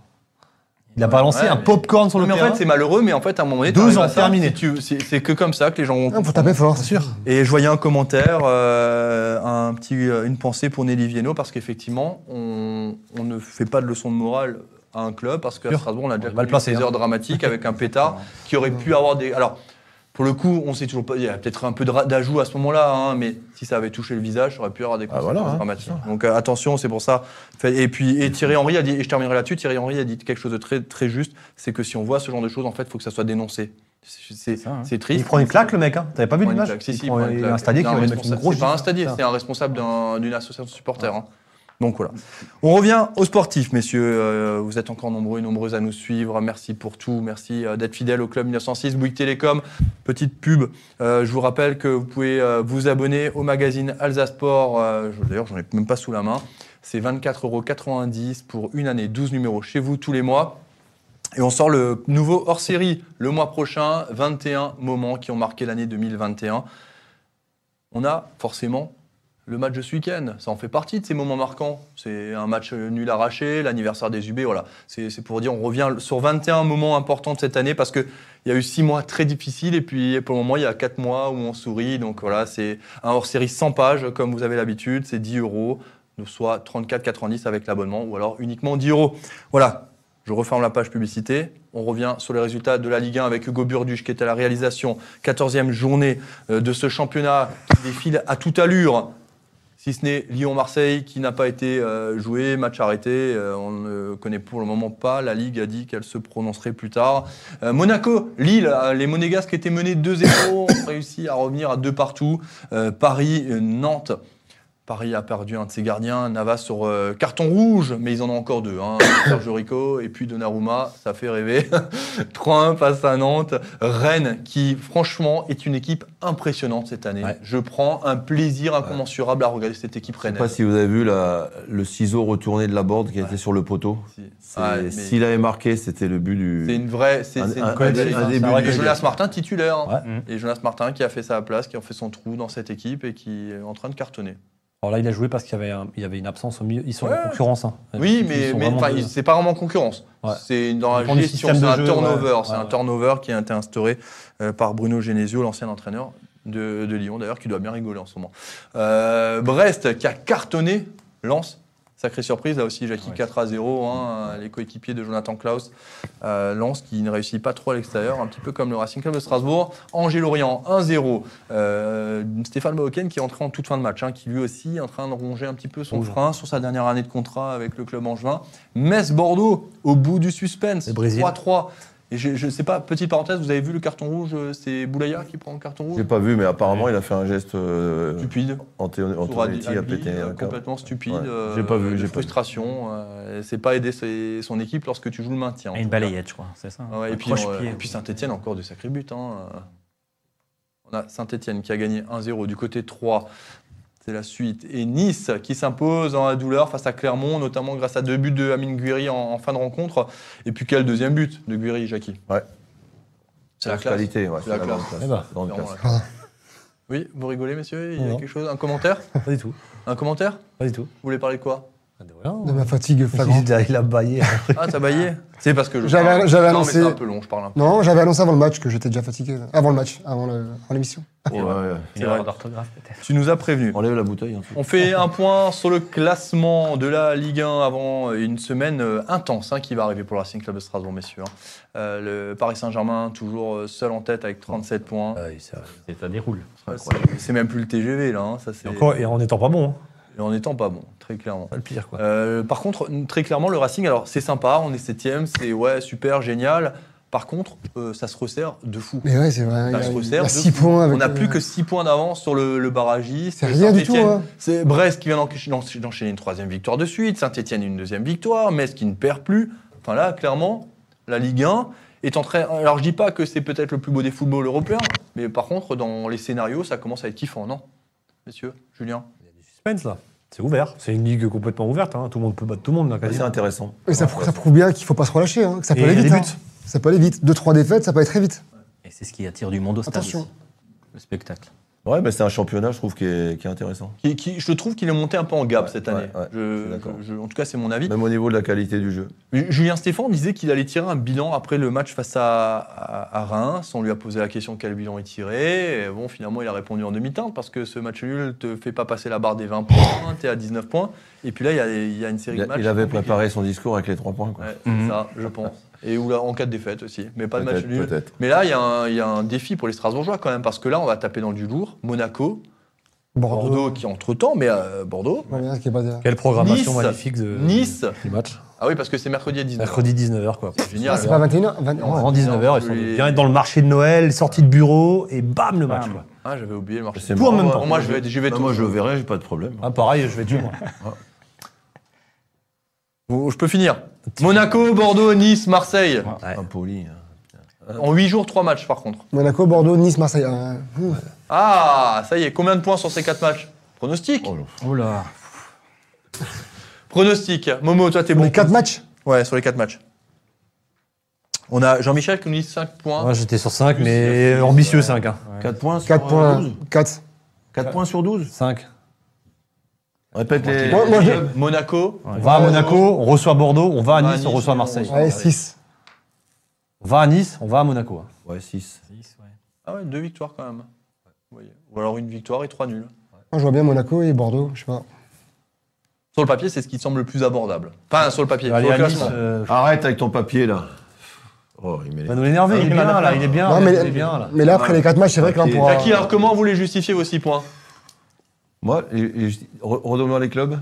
Il a balancé ouais, un mais- popcorn sur le Mais en terrain. fait, c'est malheureux, mais en fait, à un moment donné, Deux t'arrives ans, à ça, terminé. si tu- C'est c'est que comme ça que les gens vont Il faut taper fort, c'est sûr. Et je voyais un commentaire, euh, un petit, euh, une pensée pour Nelly Viennot, parce qu'effectivement, on, on ne fait pas de leçon de morale à un club, parce qu'à Sûr. Strasbourg, on a déjà On est mal connu placé, des hein. heures dramatiques avec un pétard qui aurait pu avoir des... Alors, pour le coup, on sait toujours pas... Il y a peut-être un peu de ra- d'ajout à ce moment-là, hein, mais si ça avait touché le visage, ça aurait pu avoir des Ah, conséquences voilà, hein, dramatiques. Donc euh, attention, c'est pour ça. Fait- Et puis et Thierry Henry a dit, et je terminerai là-dessus, Thierry Henry a dit quelque chose de très, très juste, c'est que si on voit ce genre de choses, en fait, il faut que ça soit dénoncé. C'est- C'est ça, hein. c'est triste. Il prend une claque, le mec. Hein. T'avais pas vu Il prend une l'image? claque. Si, si, Il il prend- prend une il y a claque. un stadier qui C'est va un lui mettre une responsable- grosse C'est pas un gifle. stadier, Ça. c'est un responsable d'un- d'une association de supporters. hein. Donc voilà. On revient aux sportifs, messieurs. Euh, vous êtes encore nombreux et nombreuses à nous suivre. Merci pour tout. Merci euh, d'être fidèles au Club mille neuf cent six, Bouygues Télécom. Petite pub. Euh, je vous rappelle que vous pouvez euh, vous abonner au magazine Alsace Sport. Euh, je- D'ailleurs, j'en ai même pas sous la main. C'est vingt-quatre euros quatre-vingt-dix pour une année, douze numéros chez vous tous les mois. Et on sort le nouveau hors-série le mois prochain, vingt et un moments qui ont marqué l'année deux mille vingt et un. On a forcément le match de ce week-end, ça en fait partie de ces moments marquants. C'est un match nul arraché, l'anniversaire des U B, voilà. C'est c'est pour dire, on revient sur vingt et un moments importants de cette année parce qu'il y a eu six mois très difficiles et puis pour le moment, il y a quatre mois où on sourit. Donc voilà, c'est un hors-série cent pages comme vous avez l'habitude, c'est dix euros, soit trente-quatre quatre-vingt-dix avec l'abonnement ou alors uniquement dix euros. Voilà. Je referme la page publicité. On revient sur les résultats de la Ligue un avec Hugo Burduche qui est à la réalisation. quatorzième journée euh, de ce championnat qui défile à toute allure. Si ce n'est Lyon-Marseille qui n'a pas été euh, joué, match arrêté. Euh, on ne connaît pour le moment pas. La Ligue a dit qu'elle se prononcerait plus tard. Euh, Monaco, Lille, euh, les Monégasques étaient menés deux zéro, ont réussi à revenir à deux partout. Euh, Paris, euh, Nantes. Paris a perdu un de ses gardiens, Navas sur euh, carton rouge, mais ils en ont encore deux. Hein. Sergio Rico et puis Donnarumma, ça fait rêver. trois un face à Nantes. Rennes, qui franchement est une équipe impressionnante cette année. Ouais. Je prends un plaisir incommensurable à regarder cette équipe Je sais rennaise. pas si vous avez vu la- le ciseau retourné de la board qui a été sur le poteau. Si. C'est- Ouais, mais S'il avait marqué, c'était le but du. C'est une vraie. C'est Un- c'est une un- vraie un- belle un équipe. début Et de- Jonas Martin titulaire. hein. Ouais. Et Jonas Martin qui a fait sa place, qui a fait son trou dans cette équipe et qui est en train de cartonner. Alors là, il a joué parce qu'il y avait, un- il y avait une absence au milieu. Ils sont Ouais. en concurrence. Hein. Oui, Ils mais, sont mais vraiment enfin, deux. il- c'est pas vraiment concurrence. Ouais. C'est dans Ça la dépend du gestion, système c'est de un jeu, turnover. ouais. C'est Ouais, un ouais. turnover qui a été instauré euh, par Bruno Genesio, l'ancien entraîneur de, de Lyon, d'ailleurs, qui doit bien rigoler en ce moment. Euh, Brest, qui a cartonné Lens. Sacrée surprise, là aussi, Jackie, Ouais. quatre à zéro, hein, les coéquipiers de Jonathan Klaus. Euh, Lens qui ne réussit pas trop à l'extérieur, un petit peu comme le Racing Club de Strasbourg. Angers-Lorient, un zéro. Euh, Stéphane Bauken qui est entré en toute fin de match, hein, qui lui aussi est en train de ronger un petit peu son Rouge. frein sur sa dernière année de contrat avec le club angevin. Metz-Bordeaux, au bout du suspense, Le Brésil. trois trois. Et je ne sais pas, petite parenthèse, vous avez vu le carton rouge, euh, c'est Boulaya qui prend le carton rouge J'ai pas vu, mais apparemment, il a fait un geste. Euh, Stupide. Anthony Sur Adi- Antonetti a Adli, pété euh, un câble. complètement stupide. Ouais. euh, J'ai pas vu, de j'ai pas vu. frustration. euh, c'est pas aider ses- son équipe lorsque tu joues le maintien. en Et une tout cas. balayette, je crois, c'est ça. Ah ouais, Un et puis, croche-pied. on- et puis Saint-Etienne, encore de sacrés buts. hein. On a Saint-Etienne qui a gagné un zéro du côté trois. C'est la suite. Et Nice qui s'impose dans la douleur face à Clermont, notamment grâce à deux buts de Amine Gouiri en, en fin de rencontre. Et puis quel deuxième but de Gouiri, Jackie Ouais. C'est la classe. qualité, ouais, C'est la la classe. grande classe. Eh ben, Grande Clairement, classe. la classe. Oui, vous rigolez, messieurs Il y a Non. quelque chose Un commentaire Pas du tout. Un commentaire Pas du tout. Vous voulez parler de quoi Pas de rien. De ma fatigue flagrante. Il a, il a baillé. Ah, t'as baillé C'est parce que je J'avais- parle. j'avais Non, mais annoncé- c'est un peu long, je parle un peu. Non, j'avais annoncé avant le match que j'étais déjà fatigué. Avant le match, avant le- avant l'émission. Ouais, ouais. Une C'est erreur vrai. d'orthographe, peut-être. Tu nous as prévenu. Enlève la bouteille. ensuite. On fait un point sur le classement de la Ligue un avant une semaine euh, intense hein, qui va arriver pour le Racing Club de Strasbourg, messieurs. hein. Euh, le Paris Saint-Germain, toujours euh, seul en tête avec trente-sept points. Ouais, c'est- C'est- Ça déroule. Ouais, c'est- C'est même plus le T G V, là. hein, Ça, c'est... et encore, et en étant pas bon. Hein. Et en étant pas bon, très clairement. C'est le pire, quoi. Euh, par contre, très clairement, le Racing, alors c'est sympa, on est septième, c'est ouais, super, génial. Par contre, euh, ça se resserre de fou. Mais ouais, c'est vrai. Ça Il y se a, il resserre y a de six fou. points. Avec, On n'a plus euh, que six points d'avance sur le, le barragiste. C'est rien du tout, Saint-Étienne, hein. C'est Brest qui vient d'enchaî- d'enchaî- d'enchaîner une troisième victoire de suite. Saint-Etienne une deuxième victoire. Metz qui ne perd plus. Enfin là, clairement, la Ligue un est en train. Alors je dis pas que c'est peut-être le plus beau des footballs européens, mais par contre, dans les scénarios, ça commence à être kiffant, non Messieurs, Julien Il y a du suspense, là. C'est ouvert. C'est une ligue complètement ouverte. Hein. Tout le monde peut battre tout le monde, là, C'est quasiment. intéressant. Et ça, prouve- ça prouve bien qu'il faut pas se relâcher, hein, que ça peut Et aller il y a vite. des hein. buts. Ça peut aller vite. Deux, trois défaites, ça peut aller très vite. Et c'est ce qui attire du monde au stade. Attention. aussi. Le spectacle. Ouais, mais c'est un championnat, je trouve, qui est, qui est intéressant. qui, qui- Je trouve qu'il est monté un peu en gap Ouais, cette ouais, année. ouais, Je- je suis d'accord. je- je- en tout cas, c'est mon avis. Même au niveau de la qualité du jeu. Julien Stéphan disait qu'il allait tirer un bilan après le match face à, à, à Reims. On lui a posé la question quel bilan il tirait. Et bon, finalement, il a répondu en demi-teinte parce que ce match nul te fait pas passer la barre des vingt points. Tu es à dix-neuf points. Et puis là, il y a, il y a une série Il, de a- matchs. il avait compliqués. préparé son discours avec les trois points. Quoi. Ouais, c'est Mhm. ça, je pense. Et ou là, en cas de défaite aussi. Mais pas de match Peut-être, nul. peut-être. Mais là, il y, a un- il y a un défi pour les Strasbourgeois quand même. Parce que là, on va taper dans du lourd. Monaco, Bordeaux. Bordeaux qui entre-temps, mais euh, Bordeaux. Ouais, bien, ce qui est pas de- Quelle programmation Nice. magnifique de, Nice. du match. Ah oui, parce que c'est mercredi à dix-neuf heures. Mercredi dix-neuf heures, quoi. C'est génial. Ah, c'est pas vingt et une heures vingt- En en dix-neuf heures, ils sont Les- bien être dans le marché de Noël, sortie de bureau, et bam, le match. Bam. quoi. Ah, j'avais oublié le marché. C'est Tout en marrant, même moi. temps. Moi, je vais, j'y vais Bah, tout. moi, je le verrai, j'ai pas de problème. Ah, pareil, je vais tuer, moi. Bon, je peux finir. Monaco, Bordeaux, Nice, Marseille. Ouais. Impoli. hein. En huit jours, trois matchs par contre. Monaco, Bordeaux, Nice, Marseille. Euh, ouh. Ah, ça y est, combien de points sur ces quatre matchs Pronostic Oh, là. Oh là. Pronostic. Momo, toi, t'es Pour bon. les quatre matchs. Ouais, sur les quatre matchs. On a Jean-Michel qui nous dit cinq points. Moi, j'étais sur cinq, mais ambitieux cinq. Hein. quatre points sur quatre euh, points. douze. quatre. quatre points sur douze. cinq. Répète les. Moi- moi, je- Monaco. On va à Monaco, on reçoit Bordeaux, on va à On va à Nice, on Nice, reçoit on Marseille. reçoit- Allez, six. On va à Nice, on va à Monaco. hein. Ouais, six. Ah ouais, deux victoires quand même. Vous voyez. Ou alors une victoire et trois nuls. Moi, je vois bien Monaco et Bordeaux. Je sais pas. Sur le papier, c'est ce qui semble le plus abordable. Enfin, sur le papier. Aller sur le à Nice, classement. euh, Arrête avec ton papier, là. Oh, il il m'énerve. va nous l'énerver, il est bien là, il est bien, Non, il mais, est bien là. mais là, après les quatre matchs, c'est vrai que là, on Ok. pourra. Jackie, alors comment vous voulez justifier vos six points Moi, et- et je dis- re- redonne-moi les clubs.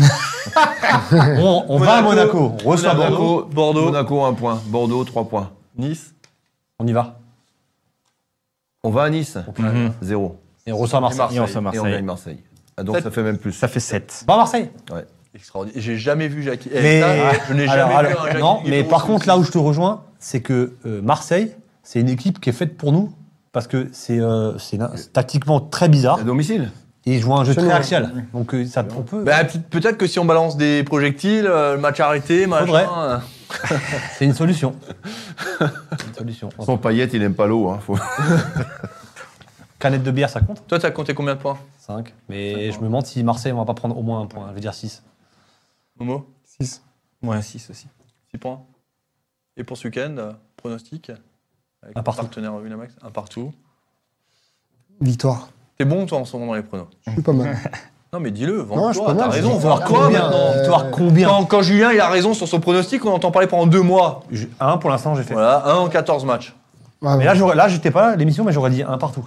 On, on va à Monaco, on reçoit Monaco, Bordeaux, Bordeaux, Monaco, un point. Bordeaux, trois points. Nice. on y va. On va à Nice, Mhm. zéro. Et on reçoit Marseille. Marseille. Et on fait Et on Marseille. gagne Marseille. Ah, donc Sept. ça fait même plus. Ça fait sept. Pas Marseille. Extraordinaire. J'ai jamais vu Jackie. Eh, Mais ça, je n'ai jamais alors, vu alors, un Jackie non, mais Guédon par aussi. contre, là où je te rejoins, c'est que euh, Marseille, c'est une équipe qui est faite pour nous parce que c'est euh, c'est na- c'est tactiquement très bizarre À domicile. et ils jouent un jeu très Absolument. axial. Donc euh, ça, on peut. Bah, peut- peut-être que si on balance des projectiles, euh, le match arrêté, machin. Faudrait. euh, C'est une solution. C'est une solution. Son paillette, il aime pas l'eau. Hein. Faut... Canette de bière, ça compte? Toi, t'as compté combien de points? cinq. Mais Cinq je points. me demande si Marseille, on va pas prendre au moins un point. Je vais dire six. Momo? six. Ouais, six aussi. six points. Et pour ce week-end, euh, pronostic avec Un ton partout. partenaire Winamax, un partout. Victoire. T'es bon, toi, en ce moment, dans les pronos? Je suis pas mal. Non, mais dis-le, Non, je suis vends-toi, pas t'as mal, raison, j'ai- voir Ah, quoi combien, maintenant? euh, Victoire combien? Quand, quand Julien il a raison sur son pronostic, on entend parler pendant deux mois. Je- Un pour l'instant, j'ai fait. Voilà, un en quatorze matchs. Ouais, Mais là, j'aurais- là, j'étais pas là, l'émission, mais j'aurais dit un partout.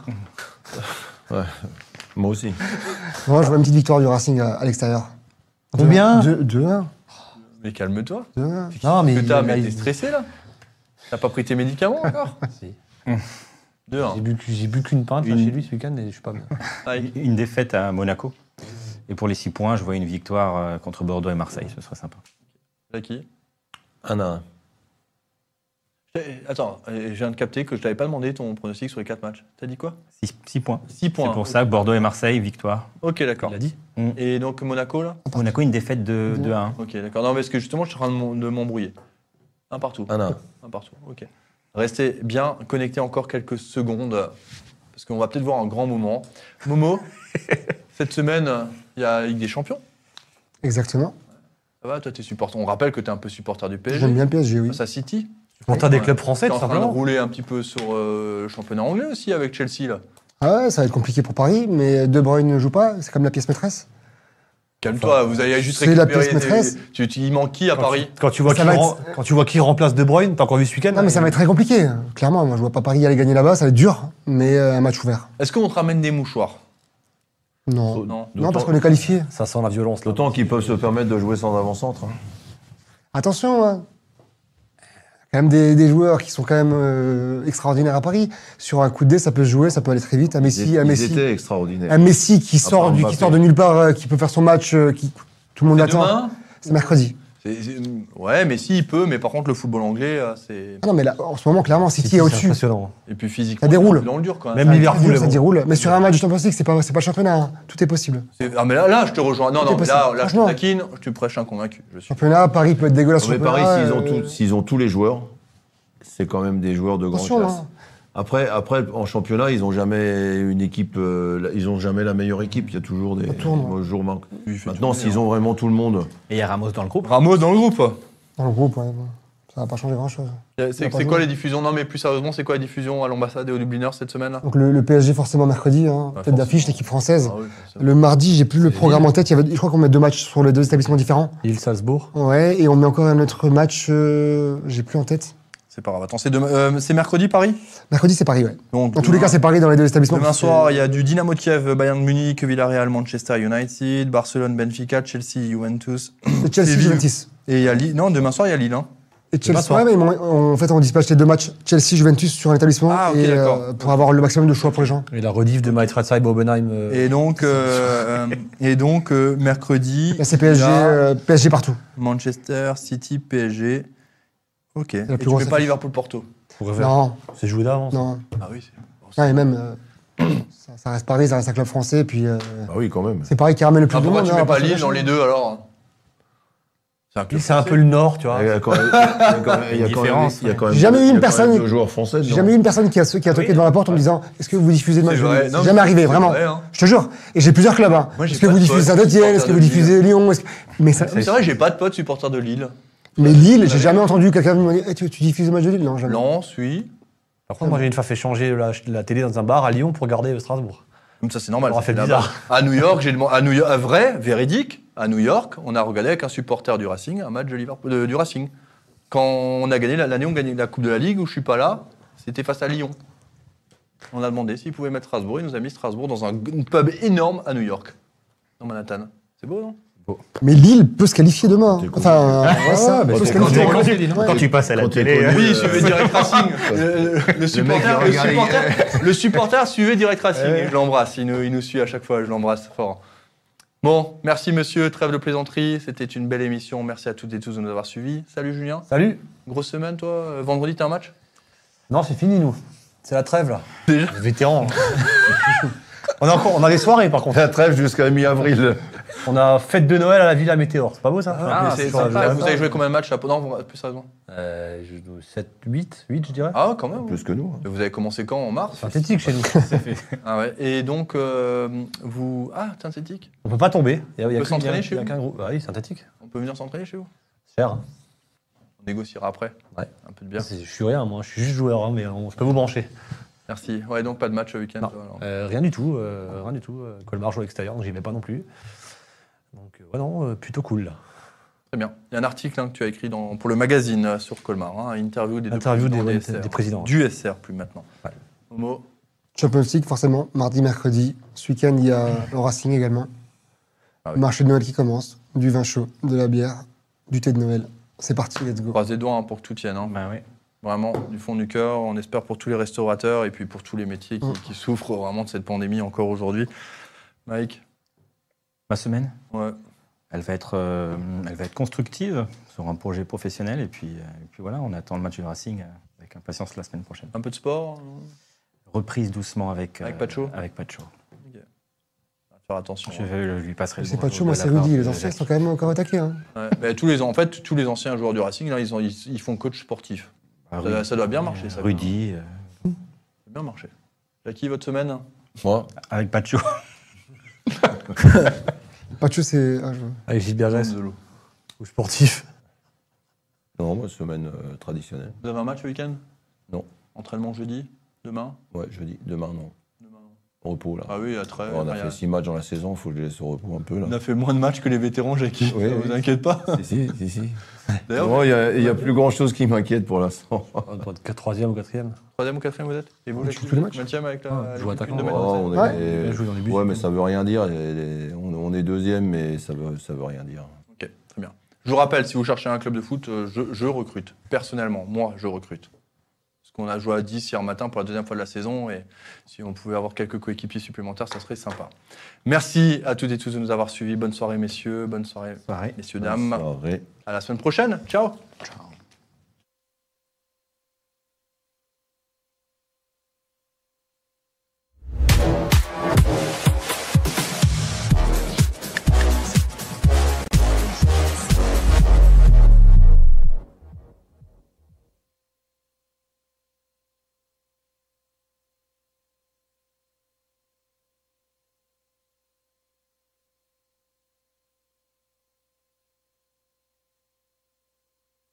Moi aussi. Moi, je vois une petite victoire du Racing à, à l'extérieur. Combien? deux un. Mais calme-toi. deux un. Non, mais Que t'as, il- mais il- t'es stressé là? T'as pas pris tes médicaments encore? Si. deux un. J'ai bu, j'ai bu qu'une pinte là, Une. chez lui ce week-end et je suis pas bien. Aïe. Une défaite à Monaco. Et pour les six points, je vois une victoire euh, contre Bordeaux et Marseille. Ce serait sympa. T'as qui? Un à un. Eh, Attends, eh, je viens de capter que je t'avais pas demandé ton pronostic sur les quatre matchs. T'as dit quoi? Six, six points. six points. C'est pour ça que Bordeaux et Marseille, victoire. Ok, d'accord. Il a dit. Et donc Monaco là? Monaco, une défaite de deux à un. Ok, d'accord. Non, parce que justement, je suis en train de m'en- de m'embrouiller. Un partout. Un à un. Un partout, ok. Restez bien connectés encore quelques secondes, parce qu'on va peut-être voir un grand moment. Momo, cette semaine, il y a Ligue des Champions. Exactement. Ça va, toi, t'es supporter. On rappelle que t'es un peu supporter du P S G. J'aime bien le P S G, oui. Face à City. Pour t'as des clubs français, T'es tout en train de simplement. rouler un petit peu sur euh, le championnat anglais aussi avec Chelsea, là. Ah ouais, ça va être compliqué pour Paris, mais De Bruyne ne joue pas, c'est comme la pièce maîtresse. Calme-toi, vous allez juste c'est la récupérer... pièce maîtresse. Tu, tu, il manque qui à Quand Paris? tu, quand, tu vois Ça qui va être- rem- quand tu vois qui remplace De Bruyne, t'as encore vu ce week-end? Non, mais ça va être très compliqué. Clairement, moi je vois pas Paris aller gagner là-bas, ça va être dur, mais euh, un match ouvert. Est-ce qu'on te ramène des mouchoirs? Non. Non. Non, parce qu'on est qualifié. Ça sent la violence. Là. D'autant qu'ils peuvent se permettre de jouer sans avant-centre. hein. Attention, hein. Quand même des, des joueurs qui sont quand même euh, extraordinaires à Paris. Sur un coup de dé, ça peut se jouer, ça peut aller très vite. Un Messi, Ils, un ils Messi, étaient extraordinaires. un Messi qui part sort, du, qui Mbappé. sort de nulle part, euh, qui peut faire son match, euh, qui tout le monde C'est l'attend. demain? C'est mercredi. C'est- c'est- Ouais, mais si, il peut, mais par contre, le football anglais, là, c'est... Ah non, mais là, en ce moment, clairement, City C'est est au-dessus. impressionnant. Et puis physiquement, Ça déroule. c'est dans le dur, quand même. Même Ça Liverpool est ça bon. déroule. Mais sur un match de Champions League, c'est pas, c'est pas le championnat. hein. Tout est possible. C'est- Ah, mais là, là, je te rejoins. Non, Tout non, est mais là, possible. là je te Franchement. taquine, je te prêche un convaincu. Je suis. Championnat, Paris peut être dégueulasse. Non, mais championnat, Paris, s'ils ont, euh, tout- s'ils ont tous les joueurs, c'est quand même des joueurs de grande attention, classe. hein. Après, après, en championnat, ils n'ont jamais une équipe, euh, la- ils ont jamais la meilleure équipe. Il y a toujours des Ça tourne, ouais. mauvais jours manquent. Il fait Maintenant, tourner, s'ils hein. ont vraiment tout le monde, Et il y a Ramos dans le groupe. Ramos dans le groupe. Dans le groupe, ouais, bon. Ça va pas changer grand-chose. C'est pas c'est joué. quoi les diffusions? Non, mais plus sérieusement, c'est quoi les diffusions à l'ambassade et au Dubliners cette semaine? Donc le, le P S G forcément mercredi, hein, Ouais, tête d'affiche, forcément. l'équipe française. Ah oui, forcément. Le mardi, j'ai plus le C'est programme Lille. en tête. Il y avait, je crois qu'on met deux matchs sur les deux établissements différents. Lille-Salzbourg. Ouais, et on met encore un autre match, euh, j'ai plus en tête. C'est pas grave. Attends, c'est demain- euh, c'est mercredi, Paris? Mercredi, c'est Paris, ouais. Donc, Dans tous les cas, c'est Paris dans les deux établissements. Demain parce que soir, il y a du Dynamo de Kiev, Bayern de Munich, Villarreal, Manchester United, Barcelone, Benfica, Chelsea, Juventus. c'est Chelsea, Séville. Juventus. Et il y a Lille. Non, demain soir, il y a Lille. Hein. Et Demain Chelsea, soir. ouais, mais on- en fait, on dispatche les deux matchs Chelsea, Juventus sur un établissement Ah, ok, et, d'accord. pour avoir le maximum de choix pour les gens. Et la rediff de Maïtretzai Bobenheim. euh, Et donc, euh, euh, et donc euh, mercredi, Là, c'est P S G, il y a euh, P S G partout. Manchester City, P S G. Ok. Et plus tu grosse mets pas affiche. Liverpool-Porto? pour refaire. Non, C'est joué d'avance. non. Ah oui, c'est... Non, et même, euh, ça, ça reste Paris, ça reste un club français, et puis euh, bah oui, quand même. c'est Paris qui ramène le plus Ah, de pourquoi monde. tu hein, mets à part pas ce Lille match, dans hein. les deux alors? C'est un club Lille, c'est un français. peu le nord, tu vois. Il y a quand même- il y a quand même- il y a Une quand même- différence, il y a quand même- J'ai jamais eu il y a une quand même personne- deux joueurs français. J'ai dedans. jamais eu une personne qui a, qui a toqué Oui, devant la porte en me disant est-ce que vous diffusez le match C'est de vrai. Lille Non, C'est jamais arrivé, c'est vraiment. vrai, hein. Je te jure. Et j'ai plusieurs clubs. Hein. Moi, j'ai Est-ce que pas vous de diffusez potes Saint-Etienne Est-ce que supporters vous de diffusez Lyon Est-ce que- Mais, ça- C'est vrai, j'ai pas de potes supporters de Lille. mais Lille, j'ai jamais entendu quelqu'un me dire Eh, tu, tu diffuses le match de Lille Non, jamais. Lens, oui. Par contre, moi, j'ai une fois fait changer la, la télé dans un bar à Lyon pour regarder Strasbourg. Comme ça, c'est normal. Ça aura ça, fait c'est bizarre. là-bas. À New York, j'ai demandé. À New York, à vrai, véridique. À New York, on a regardé avec un supporter du Racing un match de Liverpool, de- du Racing. Quand on a gagné la- l'année, on gagnait la Coupe de la Ligue où je suis pas là. C'était face à Lyon. On a demandé s'il pouvait mettre Strasbourg. Il nous a mis Strasbourg dans un g- pub énorme à New York, dans Manhattan. C'est beau, non? Mais Lille peut se qualifier demain. T'es con. Enfin, euh, ouais, ça, bah, peut se t'es qualifier. con. Ouais. Quand tu passes à la Quand t'es télé. connu. Oui, il Euh, suivait Direct Racing. Le, le- le supporter, il le, regarde- supporter, le supporter suivait Direct Racing. Ouais. Je l'embrasse. Il nous, il nous suit à chaque fois. Je l'embrasse fort. Bon, merci monsieur. Trêve de plaisanterie. C'était une belle émission. Merci à toutes et tous de nous avoir suivis. Salut Julien. Salut. Grosse semaine, toi. Euh, Vendredi, t'as un match? Non, c'est fini, nous. C'est la trêve, là. Déjà Les vétérans. on, a encore, on a des soirées, par contre. La trêve jusqu'à mi-avril. On a fête de Noël à la Villa Météor. C'est pas beau ça Ah, Mais c'est c'est sympa. sympa. Vous avez joué combien de matchs à Non, vous- plus sérieusement. euh, je joue sept, huit, huit, je dirais. Ah, quand même. Plus que nous. hein. Vous avez commencé quand? En mars? Synthétique chez nous. Ah ouais. Et donc, euh, vous. Ah, synthétique. On peut pas tomber. Il y a, il y a peut que- s'entraîner il y a- chez il y a vous qu'un groupe. Ah oui, synthétique. On peut venir s'entraîner chez vous? Cher. On négociera après. Ouais. Un peu de bière. C'est- Je suis rien, moi. Je suis juste joueur, hein, mais on, je peux vous brancher. Merci. Ouais, donc pas de match ce week-end. Non. toi, alors. Euh, rien du tout. euh, rien du tout. Euh, Colmar joue à l'extérieur, donc j'y vais pas non plus. Donc, euh, ouais, non, euh, plutôt cool là. Très bien. Il y a un article hein, que tu as écrit dans, pour le magazine euh, sur Colmar. Hein, interview des deux Interview présidents des- des, S R. des présidents. Du S R, plus maintenant. Ouais. Momo. Champions League, forcément, mardi, mercredi. Ce week-end, il y a le Racing également. Ah oui. Marché de Noël qui commence. Du vin chaud, de la bière, du thé de Noël. C'est parti, let's go. Croise les doigts hein, pour que tout tienne. Hein. Bah oui. Vraiment, du fond du cœur. On espère pour tous les restaurateurs et puis pour tous les métiers qui, Mm. qui souffrent vraiment de cette pandémie encore aujourd'hui. Mike. Ma semaine, Ouais. elle va être, euh, elle va être constructive sur un projet professionnel. Et puis, euh, et puis voilà, on attend le match du Racing euh, avec impatience la semaine prochaine. Un peu de sport. Reprise doucement avec, Avec euh, Pacho Avec Pacho. Faire attention. Je hein. vais lui passerai le C'est bonjour pas chaud, moi, de la c'est part Rudy. de Les anciens Jacques. sont quand même encore attaqués. Hein. Ouais. Mais tous les, en fait, tous les anciens joueurs du Racing, là, ils, ont- ils, ils font coach sportif. Ah, Ça, Rudy. ça doit bien marcher, ça. Rudy, euh, Ça doit bien marcher. Jackie, votre semaine? Moi, avec Pacho. Pacho, c'est. ah, je- Avec Gilles Bergès, De l'eau. ou sportif. non, moi, semaine euh, traditionnelle. Vous avez un match le week-end? Non. Entraînement jeudi? Demain? Ouais, jeudi. Demain, non. Demain, non. Repos, là. Ah oui, à très. on a il y a- fait six matchs dans la saison, il faut que je les laisse au repos un peu, là. On a fait moins de matchs que les vétérans, Jackie. Oui, Ça oui. vous inquiète pas. si, si, si, si. D'ailleurs, Non, il y a, il y a plus grand-chose qui m'inquiète pour l'instant. On doit être troisième ou quatrième. troisième ou quatrième vous êtes? Et vous, Tu Jackie? joues tous les matchs Vingtième avec la. Ah, avec je joue l'équipe attaquant. de Metz. Oh, on est, Ouais. Bien joué dans les buts. ouais, mais ça veut rien dire. Les- les- on, on est deuxième, mais ça veut, ça veut rien dire. Ok, très bien. Je vous rappelle, si vous cherchez un club de foot, euh, je, je recrute. Personnellement, moi, je recrute. Parce qu'on a joué à dix hier matin pour la deuxième fois de la saison et si on pouvait avoir quelques coéquipiers supplémentaires, ça serait sympa. Merci à toutes et tous de nous avoir suivis. Bonne soirée, messieurs. Bonne soirée, Pareil. messieurs, dames. Soirée. À la semaine prochaine. Ciao. Ciao.